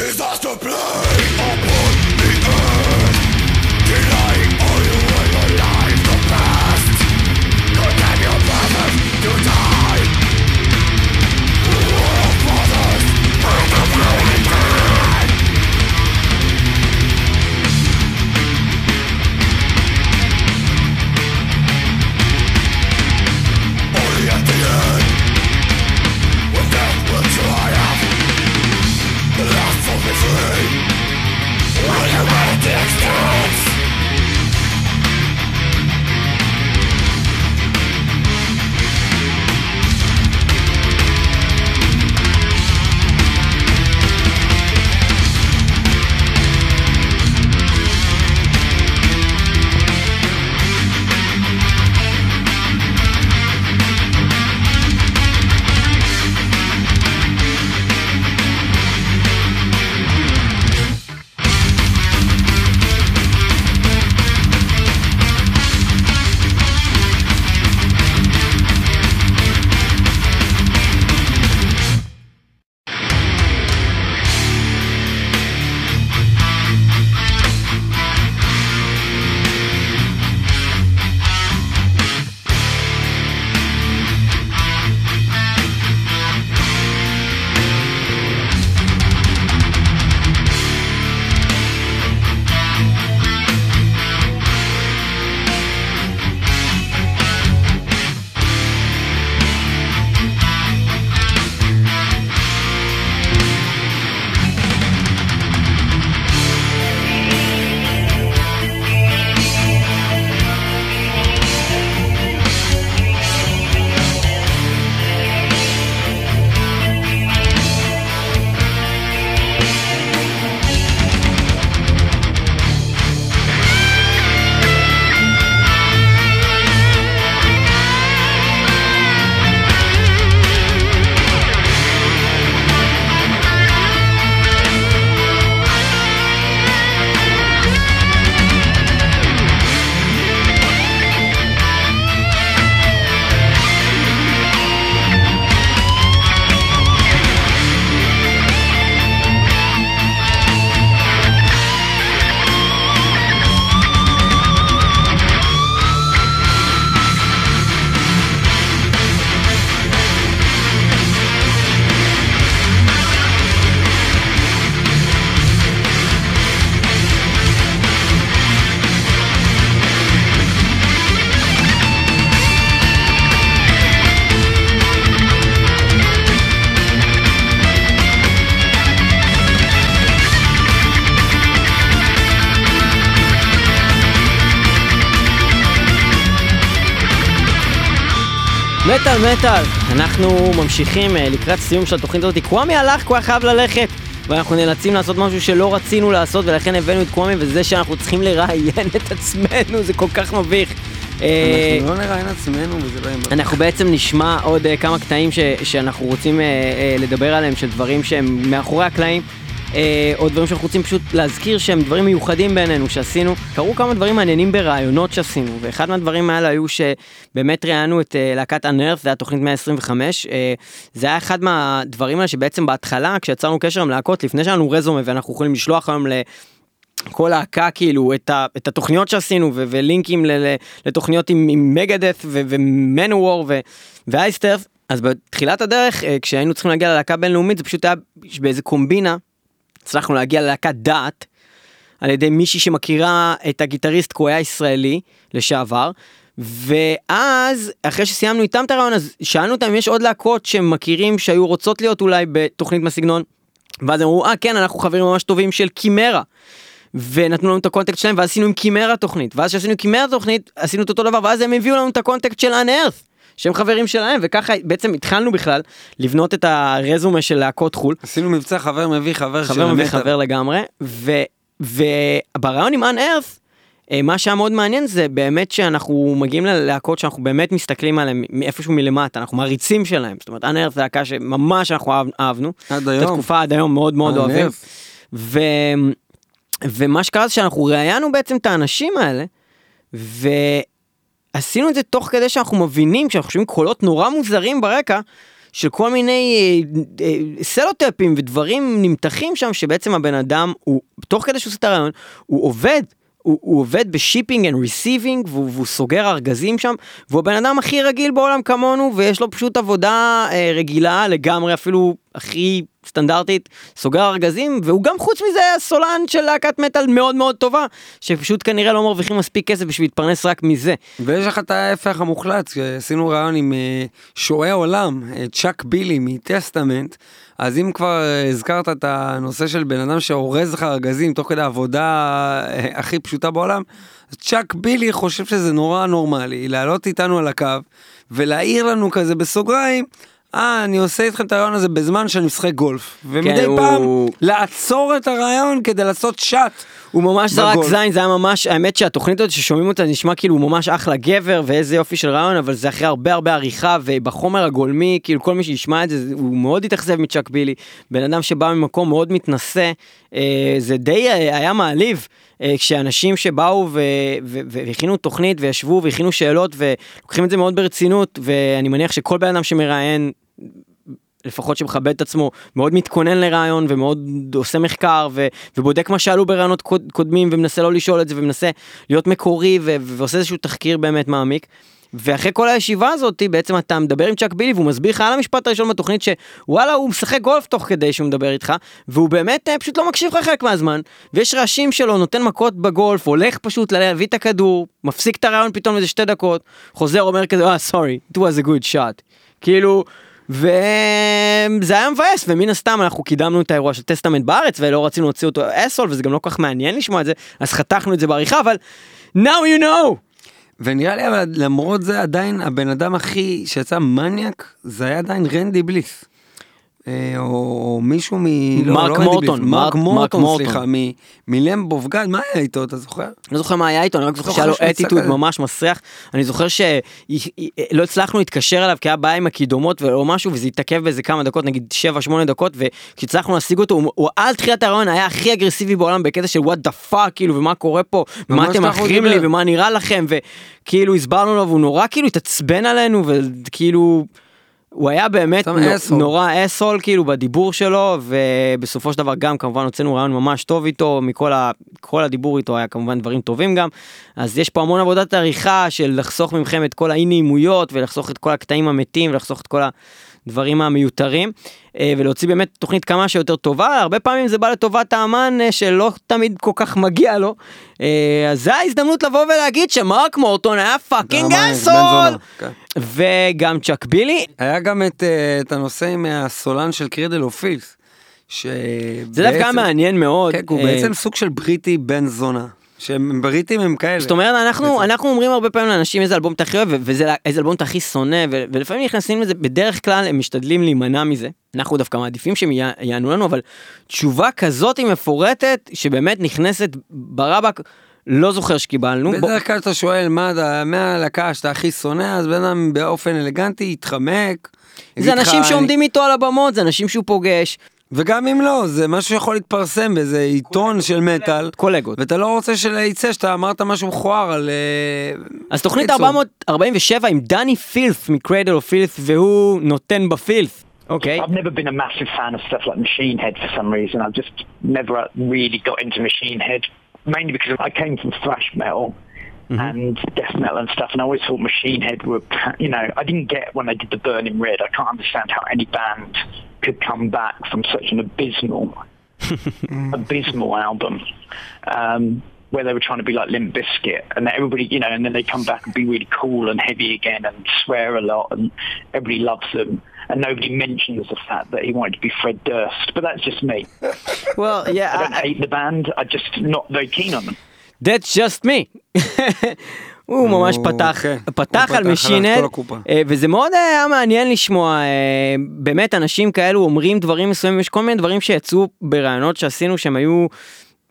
מטל מטל, אנחנו ממשיכים לקראת סיום של התוכנית הזאת. קוואמי הלך, הוא חייב ללכת, ואנחנו נאלצים לעשות משהו שלא רצינו לעשות, ולכן הבאנו את קוואמי, וזה שאנחנו צריכים לראיין את עצמנו, זה כל כך מביך. אנחנו לא נראיין עצמנו וזה לא ימר. אנחנו בעצם נשמע עוד כמה קטעים שאנחנו רוצים לדבר עליהם, של דברים שהם מאחורי הקלעים, או דברים שאנחנו רוצים פשוט להזכיר שהם דברים מיוחדים בעינינו שעשינו. קראו כמה דברים מעניינים ברעיונות שעשינו, ואחד מהדברים האלה היו שבאמת ראיינו את להקת אנרת', זה היה תוכנית מאה עשרים וחמש, זה היה אחד מהדברים האלה שבעצם בהתחלה, כשיצרנו קשר עם להקות, לפני שלנו רזומה ואנחנו יכולים לשלוח היום לכל להקה כאילו את, ה, את התוכניות שעשינו ו- ולינקים ל- ל- לתוכניות עם, עם מגדeth ומנוור ו- ואייסטרף, אז בתחילת הדרך כשהיינו צריכים להגיע ללהקה בינלאומית זה פשוט היה באיזה קומבינה, הצלחנו להגיע ללהקת דעת על ידי מישהי שמכירה את הגיטריסט, כי הוא היה ישראלי לשעבר, ואז אחרי שסיימנו איתם את הרעיון, אז שאלנו אותם אם יש עוד להקות שמכירים שהיו רוצות להיות אולי בתוכנית בסגנון, ואז הם אמרו, אה כן, אנחנו חברים ממש טובים של קימרה, ונתנו לנו את הקונטקט שלהם, ואז עשינו עם קימרה תוכנית, ואז שעשינו עם קימרה תוכנית, עשינו את אותו דבר, ואז הם הביאו לנו את הקונטקט של אנרת' שהם חברים שלהם, וככה בעצם התחלנו בכלל לבנות את הרזומה של להקות חול. עשינו מבצע חבר מביא חבר של חבר מביא חבר לגמרי, וברעיון עם אנרת' מה שהיה מאוד מעניין זה באמת שאנחנו מגיעים ללהקות שאנחנו באמת מסתכלים עליהם מאיפשהו מלמטה, אנחנו מעריצים שלהם, זאת אומרת אנרת' זה להקה שממש אנחנו אהבנו, עד היום. את התקופה עד היום מאוד מאוד אוהבים, ו... ומה שקרה זה שאנחנו ראיינו בעצם את האנשים האלה, ועשינו את זה תוך כדי שאנחנו מבינים, שאנחנו חושבים קולות נורא מוזרים ברקע, של כל מיני אה, אה, סלוטפים ודברים נמתחים שם, שבעצם הבן אדם, הוא, תוך כדי שהוא עושה את הרעיון, הוא עובד, הוא, הוא עובד בשיפינג and receiving, והוא, והוא סוגר ארגזים שם, והוא הבן אדם הכי רגיל בעולם כמונו, ויש לו פשוט עבודה אה, רגילה לגמרי, אפילו הכי סטנדרטית, סוגר ארגזים, והוא גם חוץ מזה סולן של להקת מטל מאוד מאוד טובה, שפשוט כנראה לא מרוויחים מספיק כסף בשביל להתפרנס רק מזה. ויש לך את ההפך המוחלט, עשינו רעיון עם שועי עולם, צ'אק בילי מטסטמנט, אז אם כבר הזכרת את הנושא של בן אדם שאורז לך ארגזים תוך כדי העבודה הכי פשוטה בעולם, צ'אק בילי חושב שזה נורא נורמלי, לעלות איתנו על הקו, ולהעיר לנו כזה בסוגריים, אה, אני עושה איתכם את הרעיון הזה בזמן שאני משחק גולף. ומדי כן, פעם הוא... לעצור את הרעיון כדי לעשות שט. הוא ממש זרק זין, זה היה ממש, האמת שהתוכנית הזאת ששומעים אותה נשמע כאילו הוא ממש אחלה גבר ואיזה יופי של רעיון, אבל זה אחרי הרבה הרבה עריכה ובחומר הגולמי, כאילו כל מי שישמע את זה, הוא מאוד התאכזב מצ'אק בילי, בן אדם שבא ממקום מאוד מתנשא, אה, זה די היה מעליב, אה, כשאנשים שבאו ו- ו- והכינו תוכנית וישבו והכינו שאלות ולוקחים את זה מאוד ברצינות, ואני מניח שכל בן אדם שמראיין, לפחות שמכבד את עצמו, מאוד מתכונן לרעיון, ומאוד עושה מחקר, ו- ובודק מה שעלו ברעיונות קוד- קודמים, ומנסה לא לשאול את זה, ומנסה להיות מקורי, ו- ועושה איזשהו תחקיר באמת מעמיק. ואחרי כל הישיבה הזאת, בעצם אתה מדבר עם צ'אק בילי, והוא מסביר לך על המשפט הראשון בתוכנית, שוואלה, הוא משחק גולף תוך כדי שהוא מדבר איתך, והוא באמת פשוט לא מקשיב לך חלק מהזמן, ויש רעשים שלו, נותן מכות בגולף, הולך פשוט להביא את הכדור, מפסיק את הרעיון פתאום איזה שתי דקות, חוזר, אומר כזה, אה, sorry, it was a good shot. כאילו, וזה היה מבאס, ומן הסתם אנחנו קידמנו את האירוע של טסטמנט בארץ, ולא רצינו להוציא אותו אסול, וזה גם לא כל כך מעניין לשמוע את זה, אז חתכנו את זה בעריכה, אבל now you know! ונראה לי, אבל למרות זה עדיין הבן אדם הכי שיצא מניאק, זה היה עדיין רנדי בליס. או, או מישהו מ... מרק מורטון, מרק מורטון, סליחה, מלמבו וגד, מה היה איתו, אתה זוכר? לא זוכר מה היה איתו, אני רק זוכר שהיה לו אטיטוד ממש מסריח, אני זוכר שלא הצלחנו להתקשר אליו, כי היה בעיה עם הקידומות או משהו, וזה התעכב באיזה כמה דקות, נגיד שבע שמונה דקות, וכשהצלחנו להשיג אותו, הוא על תחילת הרעיון היה הכי אגרסיבי בעולם, בקטע של what the fuck, כאילו, ומה קורה פה, ומה אתם מאחרים לי, ומה נראה לכם, וכאילו הסברנו לו, והוא נורא כאילו התעצבן עלינו, וכאילו... הוא היה באמת נורא אסול כאילו בדיבור שלו, ובסופו של דבר גם כמובן הוצאנו רעיון ממש טוב איתו, מכל ה, כל הדיבור איתו היה כמובן דברים טובים גם, אז יש פה המון עבודת עריכה של לחסוך ממכם את כל האי נעימויות, ולחסוך את כל הקטעים המתים, ולחסוך את כל הדברים המיותרים, ולהוציא באמת תוכנית כמה שיותר טובה, הרבה פעמים זה בא לטובת האמן שלא תמיד כל כך מגיע לו, אז זה ההזדמנות לבוא ולהגיד שמרק מורטון היה פאקינג אסול! וגם צ'אק בילי. היה גם את, את הנושא עם הסולן של קרידל אוף פילס. זה דווקא מעניין מאוד. כן, הוא בעצם סוג של בריטי בן זונה. שהם בריטים הם כאלה. זאת אומרת, אנחנו, אנחנו אומרים הרבה פעמים לאנשים איזה אלבום אתה הכי אוהב, ואיזה אלבום אתה הכי שונא, ולפעמים נכנסים לזה, בדרך כלל הם משתדלים להימנע מזה. אנחנו דווקא מעדיפים שהם יענו לנו, אבל תשובה כזאת היא מפורטת, שבאמת נכנסת ברבק, לא זוכר שקיבלנו. בדרך כלל אתה שואל מה מהלהקה שאתה הכי שונא, אז בינם באופן אלגנטי יתחמק. זה אנשים שעומדים איתו על הבמות, זה אנשים שהוא פוגש. וגם אם לא, זה משהו שיכול להתפרסם באיזה עיתון של מטל. קולגות. ואתה לא רוצה שלייצא שאתה אמרת משהו מכוער על... אז תוכנית ארבע מאות ארבעים ושבע עם דני פילף מקריידל אוף פילף, והוא נותן בפילף. Okay. I've never been a massive fan of stuff like Machine Head for some reason. I've just never really got into Machine Head. Mainly because I came from thrash metal mm-hmm. and death metal and stuff, and I always thought Machine Head were, you know, I didn't get when they did the Burning Red. I can't understand how any band could come back from such an abysmal, abysmal album, um, where they were trying to be like Limp Bizkit, and everybody, you know, and then they come back and be really cool and heavy again and swear a lot, and everybody loves them. And nobody mentions the fact that he wanted to be Fred Durst, but that's just me. Well, yeah, I don't I, hate the band. I'm just not very keen on them. That's just me. הוא ממש פתח, פתח על משינד, וזה מאוד היה מעניין לשמוע, באמת אנשים כאלו אומרים דברים מסוימים, יש כל מיני דברים שיצאו ברעיונות שעשינו שהם היו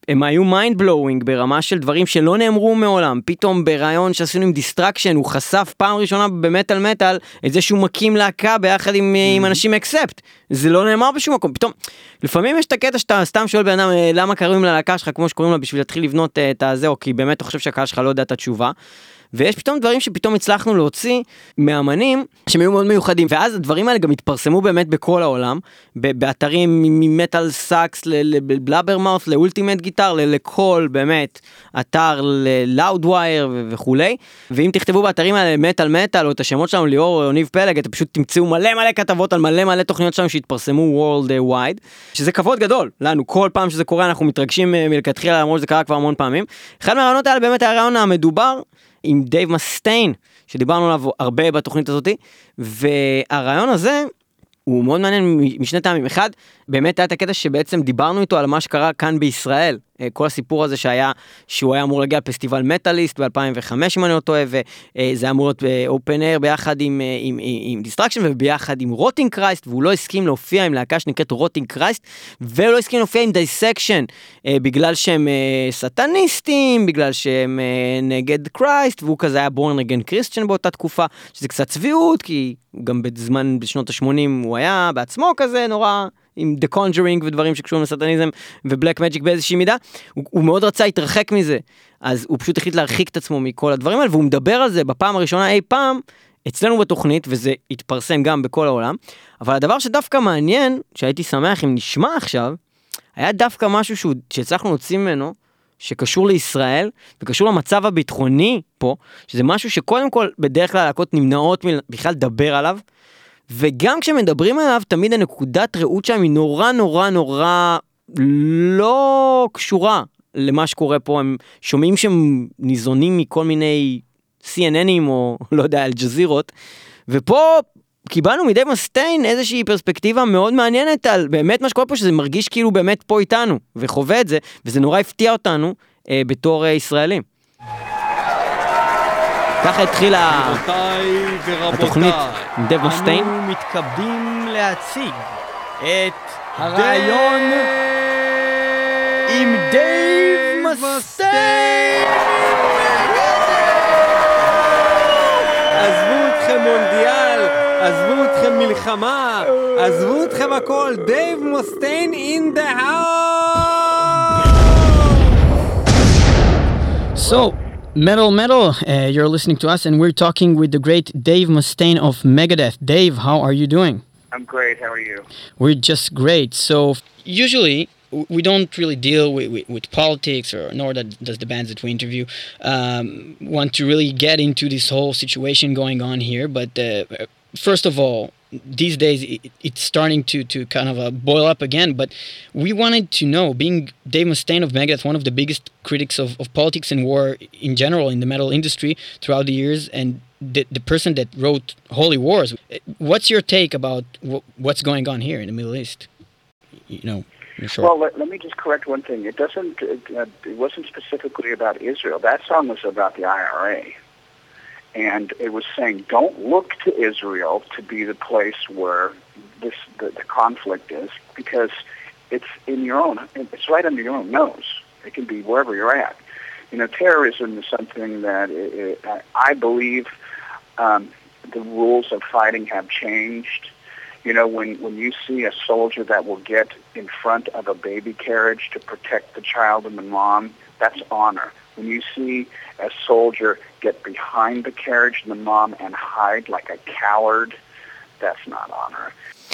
הם היו מיינד בלואוינג ברמה של דברים שלא נאמרו מעולם. פתאום ברעיון שעשינו עם דיסטרקשן, הוא חשף פעם ראשונה במטל מטל את זה שהוא מקים להקה ביחד עם, עם אנשים אקספט. זה לא נאמר בשום מקום. פתאום, לפעמים יש את הקטע שאתה סתם שואל בן אדם למה קוראים ללהקה שלך כמו שקוראים לה בשביל להתחיל לבנות את הזה, או כי באמת אתה חושב שהקהל שלך לא יודע את התשובה. ויש פתאום דברים שפתאום הצלחנו להוציא מאמנים שהם היו מאוד מיוחדים, ואז הדברים האלה גם התפרסמו באמת בכל העולם, באתרים ממטל סאקס לבלאברמאוס, לאולטימט גיטר, לכל באמת אתר, ללאודווייר וכולי, ואם תכתבו באתרים האלה מטל מטל, או את השמות שלנו ליאור או ניב פלג, אתם פשוט תמצאו מלא מלא כתבות על מלא מלא תוכניות שלנו שהתפרסמו world wide, שזה כבוד גדול לנו, כל פעם שזה קורה אנחנו מתרגשים מלכתחילה, למרות שזה קרה כבר המון פעמים. אחד מהרעיונות האלה באמת היה הרעיון המדובר, עם דייב מסטיין, שדיברנו עליו הרבה בתוכנית הזאת, והרעיון הזה הוא מאוד מעניין משני טעמים. אחד, באמת היה את הקטע שבעצם דיברנו איתו על מה שקרה כאן בישראל, כל הסיפור הזה שהיה, שהוא היה אמור להגיע לפסטיבל מטליסט ב-אלפיים וחמש אם אני לא טועה, וזה היה אמור להיות אופן אייר ביחד עם, עם, עם דיסטרקשן וביחד עם רוטינג קרייסט, והוא לא הסכים להופיע עם להקה שנקראת רוטינג קרייסט, ולא הסכים להופיע עם דיסקשן, בגלל שהם סטניסטים, בגלל שהם נגד קרייסט, והוא כזה היה בורן אגן קריסטיאן באותה תקופה, שזה קצת צביעות, כי גם בזמן בשנות ה-שמונים הוא היה בעצמו כזה נורא, עם The Conjuring ודברים שקשורים לסטניזם ובלק מג'יק באיזושהי מידה, הוא, הוא מאוד רצה להתרחק מזה, אז הוא פשוט החליט להרחיק את עצמו מכל הדברים האלה, והוא מדבר על זה בפעם הראשונה אי פעם, אצלנו בתוכנית, וזה התפרסם גם בכל העולם, אבל הדבר שדווקא מעניין, שהייתי שמח אם נשמע עכשיו, היה דווקא משהו שהוא, שהצלחנו להוציא ממנו, שקשור לישראל, וקשור למצב הביטחוני פה, שזה משהו שקודם כל בדרך כלל להקות נמנעות בכלל לדבר עליו, וגם כשמדברים עליו, תמיד הנקודת ראות שם היא נורא נורא נורא לא קשורה למה שקורה פה. הם שומעים שהם ניזונים מכל מיני סי אן אנים או לא יודע, אל-ג'זירות, ופה קיבלנו מדייב מסטיין איזושהי פרספקטיבה מאוד מעניינת על באמת מה שקורה פה, שזה מרגיש כאילו באמת פה איתנו, וחווה את זה, וזה נורא הפתיע אותנו אה, בתור אה, ישראלים. ככה התחילה התוכנית עם דייב מסטיין. אנו מתכבדים להציג את הרעיון עם דייב מסטיין. עזבו אתכם מונדיאל, עזבו אתכם מלחמה, עזבו אתכם הכל, דייב מסטיין in the house. So Metal Metal, uh, you're listening to us and we're talking with the great Dave Mustaine of Megadeth. Dave, how are you doing? I'm great, how are you? We're just great. So usually we don't really deal with, with, with politics, or nor that does the bands that we interview um, want to really get into this whole situation going on here. But uh, first of all, these days it, it's starting to, to kind of uh, boil up again, but we wanted to know, being Dave Mustaine of Megadeth, one of the biggest critics of, of politics and war in general in the metal industry throughout the years, and the, the person that wrote Holy Wars, what's your take about w- what's going on here in the Middle East? You know, sure. Well, let, let me just correct one thing. It doesn't, it, uh, it wasn't specifically about Israel. That song was about the I R A. And it was saying, don't look to Israel to be the place where this the, the conflict is, because it's in your own, it's right under your own nose. It can be wherever you're at. You know, terrorism is something that it, it, I believe um, the rules of fighting have changed. You know, when, when you see a soldier that will get in front of a baby carriage to protect the child and the mom, that's honor. When you see a soldier get behind the carriage and the mom and hide like a coward, that's not honor.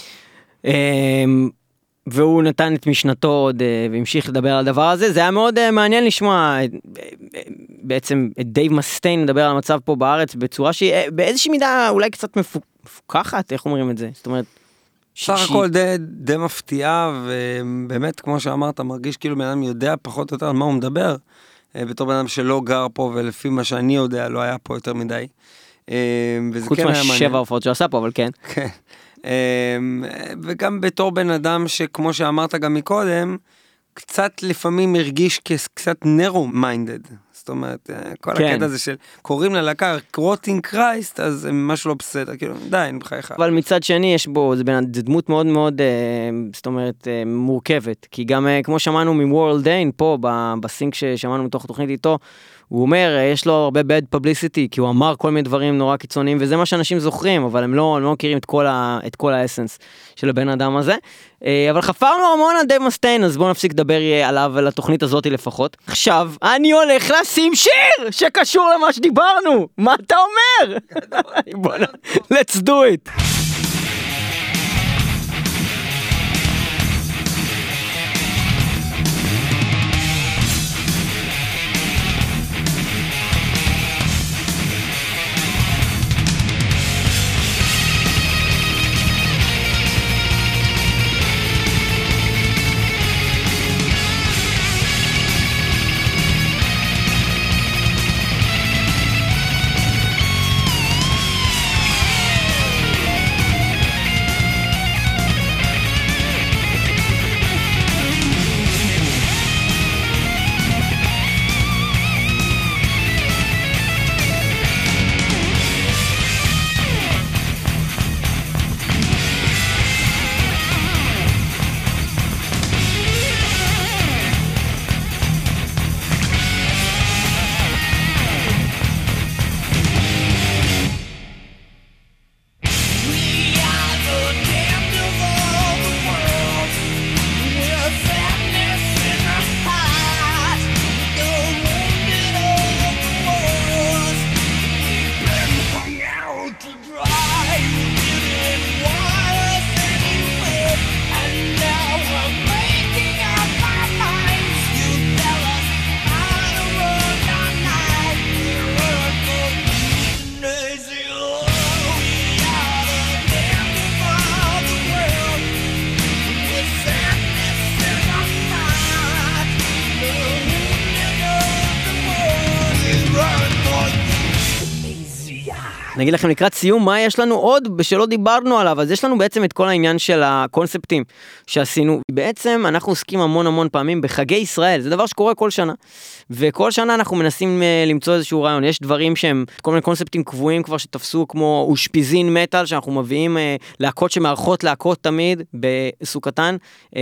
והוא נתן את משנתו עוד והמשיך לדבר על הדבר הזה. זה היה מאוד מעניין לשמוע בעצם את דייב מסטיין לדבר על המצב פה בארץ בצורה שהיא באיזושהי מידה אולי קצת מפוקחת, איך אומרים את זה? זאת אומרת, סך הכל די, די מפתיעה, ובאמת כמו שאמרת מרגיש כאילו בן אדם יודע פחות או יותר על מה הוא מדבר, בתור בן אדם שלא גר פה, ולפי מה שאני יודע לא היה פה יותר מדי. חוץ מהשבע הופעות שעשה פה, אבל כן. כן. וגם בתור בן אדם שכמו שאמרת גם מקודם, קצת לפעמים הרגיש קצת נרו-מיינדד. זאת אומרת, כל כן. הקטע הזה של קוראים ללהקה רוטינג קרייסט, אז משהו לא בסדר, כאילו, די, אני בחייך. אבל מצד שני יש בו, זה, בין, זה דמות מאוד מאוד, אה, זאת אומרת, אה, מורכבת, כי גם אה, כמו שמענו מוורלד דיין, פה ב, בסינק ששמענו מתוך התוכנית איתו, הוא אומר, יש לו הרבה bad publicity, כי הוא אמר כל מיני דברים נורא קיצוניים, וזה מה שאנשים זוכרים, אבל הם לא, הם לא מכירים את כל, ה, את כל האסנס של הבן אדם הזה. אבל חפרנו המון על דייב מסטיין, אז בואו נפסיק לדבר עליו, על התוכנית הזאת לפחות. עכשיו, אני הולך לשים שיר שקשור למה שדיברנו. מה אתה אומר? בוא נ... Let's do it. אני אגיד לכם לקראת סיום מה יש לנו עוד שלא דיברנו עליו, אז יש לנו בעצם את כל העניין של הקונספטים שעשינו. בעצם אנחנו עוסקים המון המון פעמים בחגי ישראל, זה דבר שקורה כל שנה, וכל שנה אנחנו מנסים למצוא איזשהו רעיון. יש דברים שהם כל מיני קונספטים קבועים כבר שתפסו, כמו אושפיזין מטל שאנחנו מביאים להקות שמארחות להקות תמיד בסוכתן,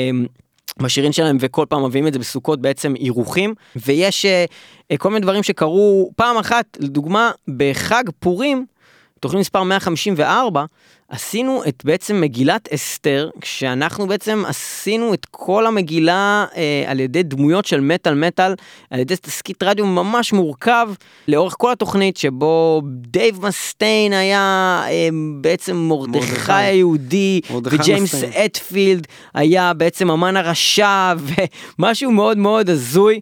בשירים שלהם, וכל פעם מביאים את זה בסוכות בעצם אירוחים, ויש uh, כל מיני דברים שקרו פעם אחת, לדוגמה בחג פורים, תוכנית מספר מאה חמישים וארבע, עשינו את בעצם מגילת אסתר, כשאנחנו בעצם עשינו את כל המגילה אה, על ידי דמויות של מטל מטל, על ידי תסקית רדיו ממש מורכב, לאורך כל התוכנית, שבו דייב מסטיין היה אה, בעצם מרדכי היהודי, וג'יימס אטפילד היה בעצם אמן הרשע, ומשהו מאוד מאוד הזוי,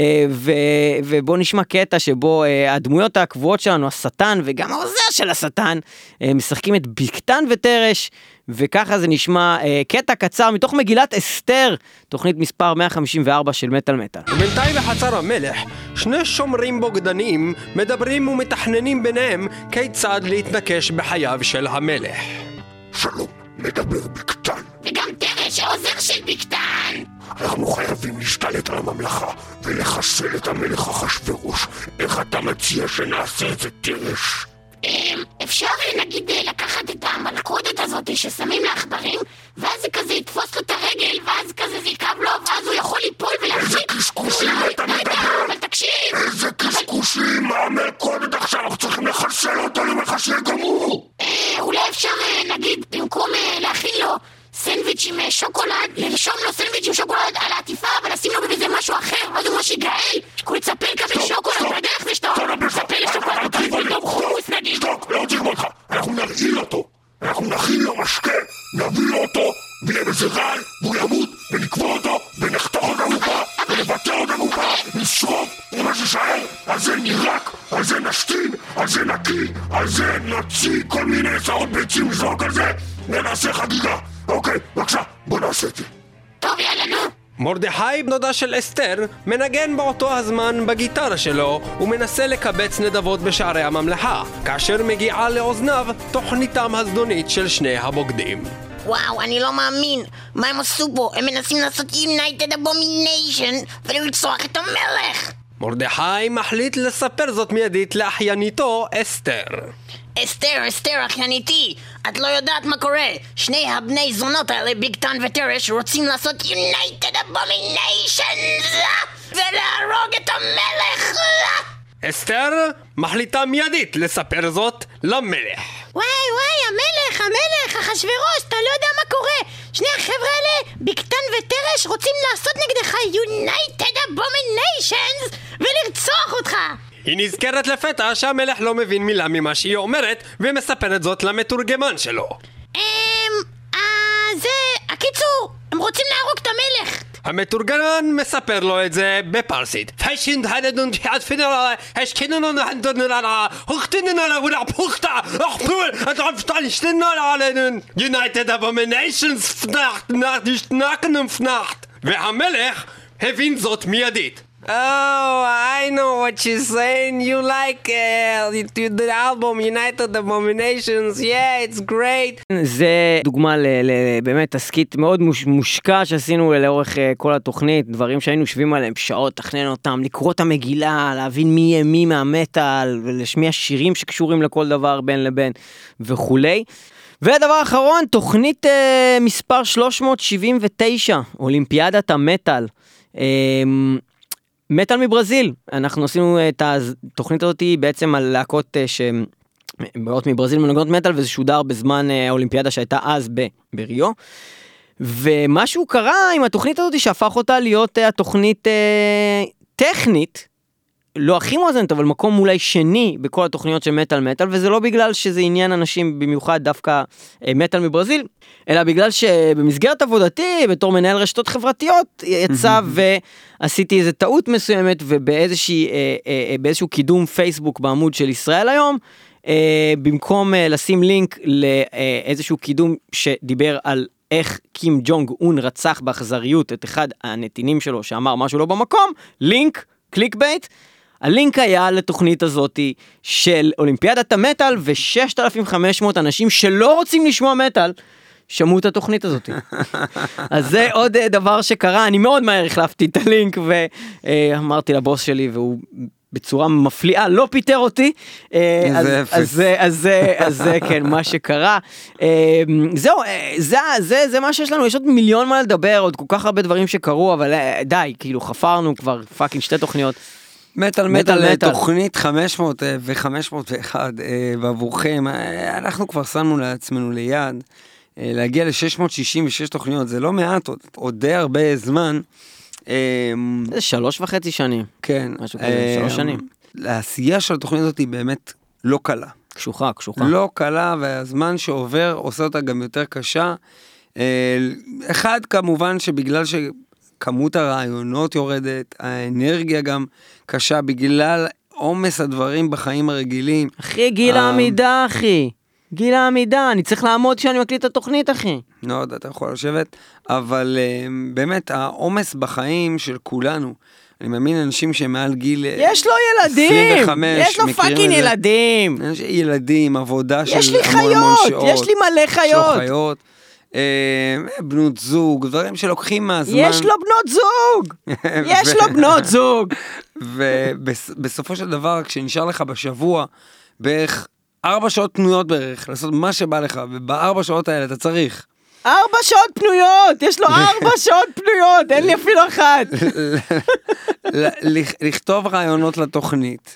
ו, ובוא נשמע קטע שבו הדמויות הקבועות שלנו, השטן וגם העוזר של השטן, משחקים את בקתן ותרש, וככה זה נשמע קטע קצר מתוך מגילת אסתר, תוכנית מספר מאה חמישים וארבע של מטל מטל. ובינתיים בחצר המלך, שני שומרים בוגדנים מדברים ומתכננים ביניהם כיצד להתנקש בחייו של המלך. שלום, מדבר בקתן. וגם תרש העוזר של בקתן. אנחנו חייבים להשתלט על הממלכה ולחסל את המלך אחשוורוש. איך אתה מציע שנעשה את זה, תרש? אפשר נגיד לקחת את המלכודת הזאת ששמים לעכברים, ואז זה כזה יתפוס לו את הרגל, ואז כזה זה יקב לו, ואז הוא יכול ליפול ולהחזיק. איזה קשקושים אתה מדבר? אבל תקשיב. איזה קשקושים? מה המלכודת עכשיו? אנחנו צריכים לחסל אותו למחסל גמור. אולי אפשר נגיד במקום להכין לו סנדוויץ' עם שוקולד, לרשום לו סנדוויץ' עם שוקולד על העטיפה, ולשים לו בזה משהו אחר, אז הוא משהו גאל, שהוא יצפה לקבל שוקולד, בדרך זה שאתה מצפה לשוקולד, אתה יכול לא חוס נגיד. שטוק, לא תגמור לך, אנחנו נרעיל אותו, אנחנו נכין לו משקה, נביא לו אותו, ויהיה בזה רעל, והוא ימות, ונקבור אותו, ונחתוך אותו מופה, ונבטא אותו מופה, נשרוף, ומה ששאר, על זה נירק, על זה נשתין, על זה נקי, על זה נוציא כל מיני שעות ביצים לזרוק על זה, ונעשה חגיגה. אוקיי, בבקשה, בוא נעשה את זה. טוב, יאללה, נו. מרדכי, בנודה של אסתר, מנגן באותו הזמן בגיטרה שלו ומנסה לקבץ נדבות בשערי הממלכה, כאשר מגיעה לאוזניו תוכניתם הזדונית של שני הבוגדים. וואו, אני לא מאמין. מה הם עשו פה? הם מנסים לעשות United Abomination ולרצוח את המלך. מרדכי מחליט לספר זאת מיידית לאחייניתו אסתר. אסתר, אסתר, אחייניתי, את לא יודעת מה קורה. שני הבני זונות האלה, ביג טן וטרש, רוצים לעשות United Abominations ולהרוג את המלך. אסתר מחליטה מיידית לספר זאת למלך. וואי וואי, המלך, המלך, אחשוורוש, אתה לא יודע מה קורה. שני החבר'ה האלה, ביג טן וטרש, רוצים לעשות נגדך United Abominations ולרצוח אותך. היא נזכרת לפתע שהמלך לא מבין מילה ממה שהיא אומרת ומספרת זאת למתורגמן שלו. אמ... אה... זה... הקיצור, הם רוצים להרוג את המלך. המתורגמן מספר לו את זה בפרסית. פשינד הדדון תחיית פינרה, השכיננו נהנדונרה, הוכתיננה ולהפוכתה, אכפול, את רבשתן שתנרה עלינו. United Abominations פנחת, נשנקנם פנחת. והמלך הבין זאת מיידית. Oh, I know what you're saying. You like uh, the album United Abominations. Yeah, it's great. זה דוגמה לבאמת תסקית מאוד מושקע שעשינו לאורך כל התוכנית, דברים שהיינו שווים עליהם שעות, תכנן אותם, לקרוא את המגילה, להבין מי יהיה מי מהמטל, ולשמיע שירים שקשורים לכל דבר בין לבין וכולי. והדבר האחרון, תוכנית uh, מספר שלוש מאות שבעים ותשע, אולימפיאדת המטל. Uh, מטל מברזיל, אנחנו עשינו את התוכנית הזאת בעצם על להקות שבאות מברזיל מנגנות מטל, וזה שודר בזמן האולימפיאדה שהייתה אז בריו, ומשהו קרה עם התוכנית הזאת שהפך אותה להיות התוכנית טכנית, לא הכי מואזנת, אבל מקום אולי שני בכל התוכניות של מטל מטל, וזה לא בגלל שזה עניין אנשים במיוחד דווקא מטל מברזיל, אלא בגלל שבמסגרת עבודתי, בתור מנהל רשתות חברתיות, יצא ועשיתי איזו טעות מסוימת, ובאיזשהו קידום פייסבוק בעמוד של ישראל היום, במקום לשים לינק לאיזשהו קידום שדיבר על איך קים ג'ונג און רצח באכזריות את אחד הנתינים שלו שאמר משהו לא במקום, לינק, קליק בייט, הלינק היה לתוכנית הזאת של אולימפיאדת המטל, ו-שישת אלפים וחמש מאות אנשים שלא רוצים לשמוע מטל, שמעו את התוכנית הזאת. אז זה עוד דבר שקרה, אני מאוד מהר החלפתי את הלינק, ואמרתי לבוס שלי, והוא בצורה מפליאה לא פיטר אותי. אז זה כן מה שקרה. זהו, זה מה שיש לנו, יש עוד מיליון מה לדבר, עוד כל כך הרבה דברים שקרו, אבל די, כאילו חפרנו כבר פאקינג שתי תוכניות. מטל מטל, תוכנית חמש מאות ו-חמש מאות ואחת בעבורכם, אנחנו כבר שמנו לעצמנו ליד, להגיע ל-שש מאות שישים ושש תוכניות, זה לא מעט, עוד די הרבה זמן. זה שלוש וחצי שנים. כן. משהו כזה, שלוש שנים. העשייה של התוכנית הזאת היא באמת לא קלה. קשוחה, קשוחה. לא קלה, והזמן שעובר עושה אותה גם יותר קשה. אחד, כמובן שבגלל ש... כמות הרעיונות יורדת, האנרגיה גם קשה בגלל עומס הדברים בחיים הרגילים. אחי, גיל העמידה, אחי. גיל העמידה, אני צריך לעמוד כשאני מקליט את התוכנית, אחי. לא יודע, אתה יכול לשבת, אבל באמת, העומס בחיים של כולנו, אני מאמין אנשים שהם מעל גיל יש לו ילדים, עשרים וחמש, יש לו פאקינג ילדים. יש ילדים, עבודה של יש לי חיות, יש לי מלא חיות. חיות. בנות זוג, דברים שלוקחים מהזמן. יש לו בנות זוג! יש לו בנות זוג! ובסופו של דבר, כשנשאר לך בשבוע, בערך ארבע שעות פנויות בערך, לעשות מה שבא לך, ובארבע שעות האלה אתה צריך. ארבע שעות פנויות! יש לו ארבע שעות פנויות! אין לי אפילו אחת! לכתוב רעיונות לתוכנית,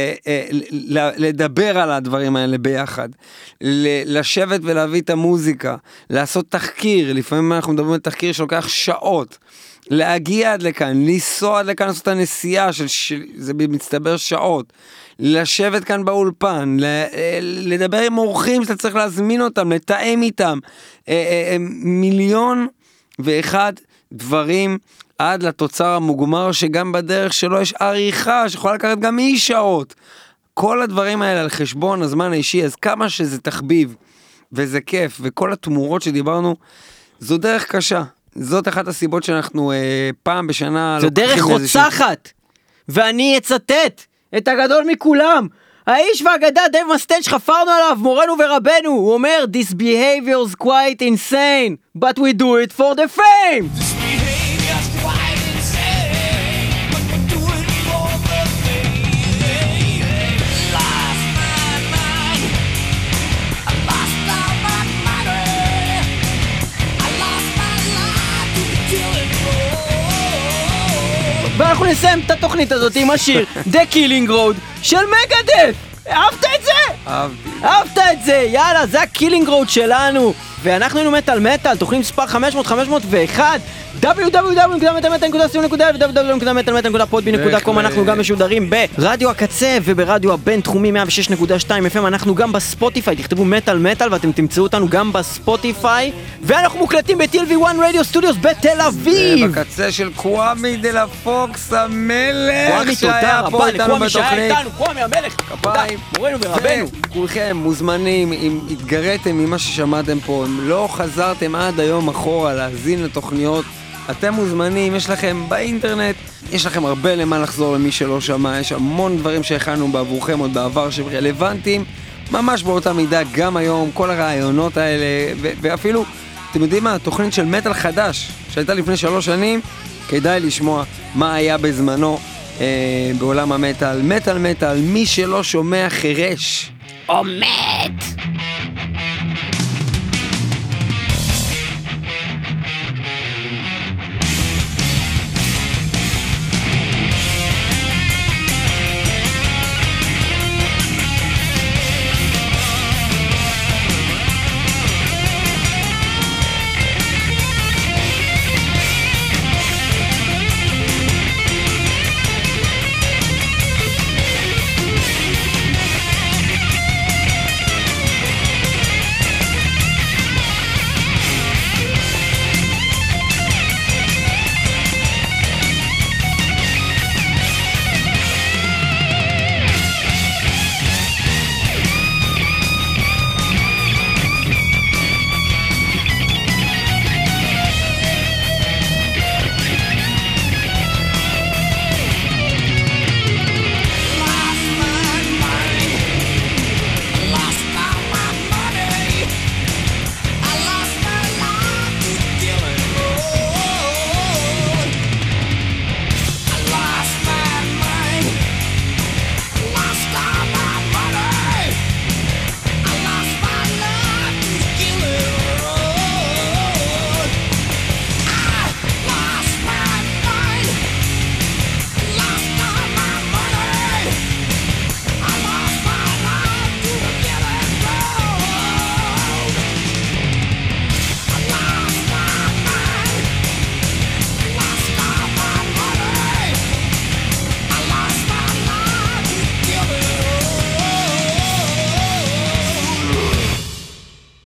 לדבר על הדברים האלה ביחד, לשבת ולהביא את המוזיקה, לעשות תחקיר, לפעמים אנחנו מדברים על תחקיר שלוקח שעות, להגיע עד לכאן, לנסוע עד לכאן, לעשות את הנסיעה, זה מצטבר שעות, לשבת כאן באולפן, לדבר עם אורחים שאתה צריך להזמין אותם, לתאם איתם, מיליון ואחד דברים עד לתוצר המוגמר שגם בדרך שלו יש עריכה שיכולה לקחת גם אי שעות. כל הדברים האלה על חשבון הזמן האישי, אז כמה שזה תחביב וזה כיף וכל התמורות שדיברנו, זו דרך קשה. זאת אחת הסיבות שאנחנו אה, פעם בשנה... זו דרך רוצחת, ש... ואני אצטט את הגדול מכולם, האיש והאגדה דייב מסטיין שחפרנו עליו, מורנו ורבנו, הוא אומר This behavior is quite insane, but we do it for the fame. ואנחנו נסיים את התוכנית הזאת עם השיר The Killing Road של מגדף. אהבת את זה? אהבתי. אהבת את זה, יאללה, זה ה-Killing Road שלנו. ואנחנו היינו מטל מטל, תוכנית מספר חמש מאות חמש מאות ואחת, דאבליו דאבליו דאבליו נקודה מטל מטל נקודה סי או נקודה דאבליו דאבליו נקודה מטל מטל נקודה פודבין נקודה קום. אנחנו גם משודרים ברדיו הקצה וברדיו הבינתחומי מאה ושש נקודה שתיים אף אם. אנחנו גם בספוטיפיי, תכתבו מטל מטל ואתם תמצאו אותנו גם בספוטיפיי. ואנחנו מוקלטים ב-טי אל וי וואן רדיו סטודיוס בתל אביב, בקצה של קוואמי דה פוקס המלך. קוואמי, תודה רבה לקוואמי שהיה איתנו, קוואמי המלך, תודה, מורנו ורבנו. כולכם מוזמנים, אם התגרתם ממה ששמעתם פה, אם לא חזרתם עד היום אחורה להזין לתוכניות, אתם מוזמנים, יש לכם באינטרנט, יש לכם הרבה למה לחזור למי שלא שמע, יש המון דברים שהכנו בעבורכם עוד בעבר שהם רלוונטיים, ממש באותה מידה גם היום, כל הרעיונות האלה, ו- ואפילו, אתם יודעים מה, תוכנית של מטל חדש, שהייתה לפני שלוש שנים, כדאי לשמוע מה היה בזמנו אה, בעולם המטל. מטל מטל, מי שלא שומע חירש. או מת!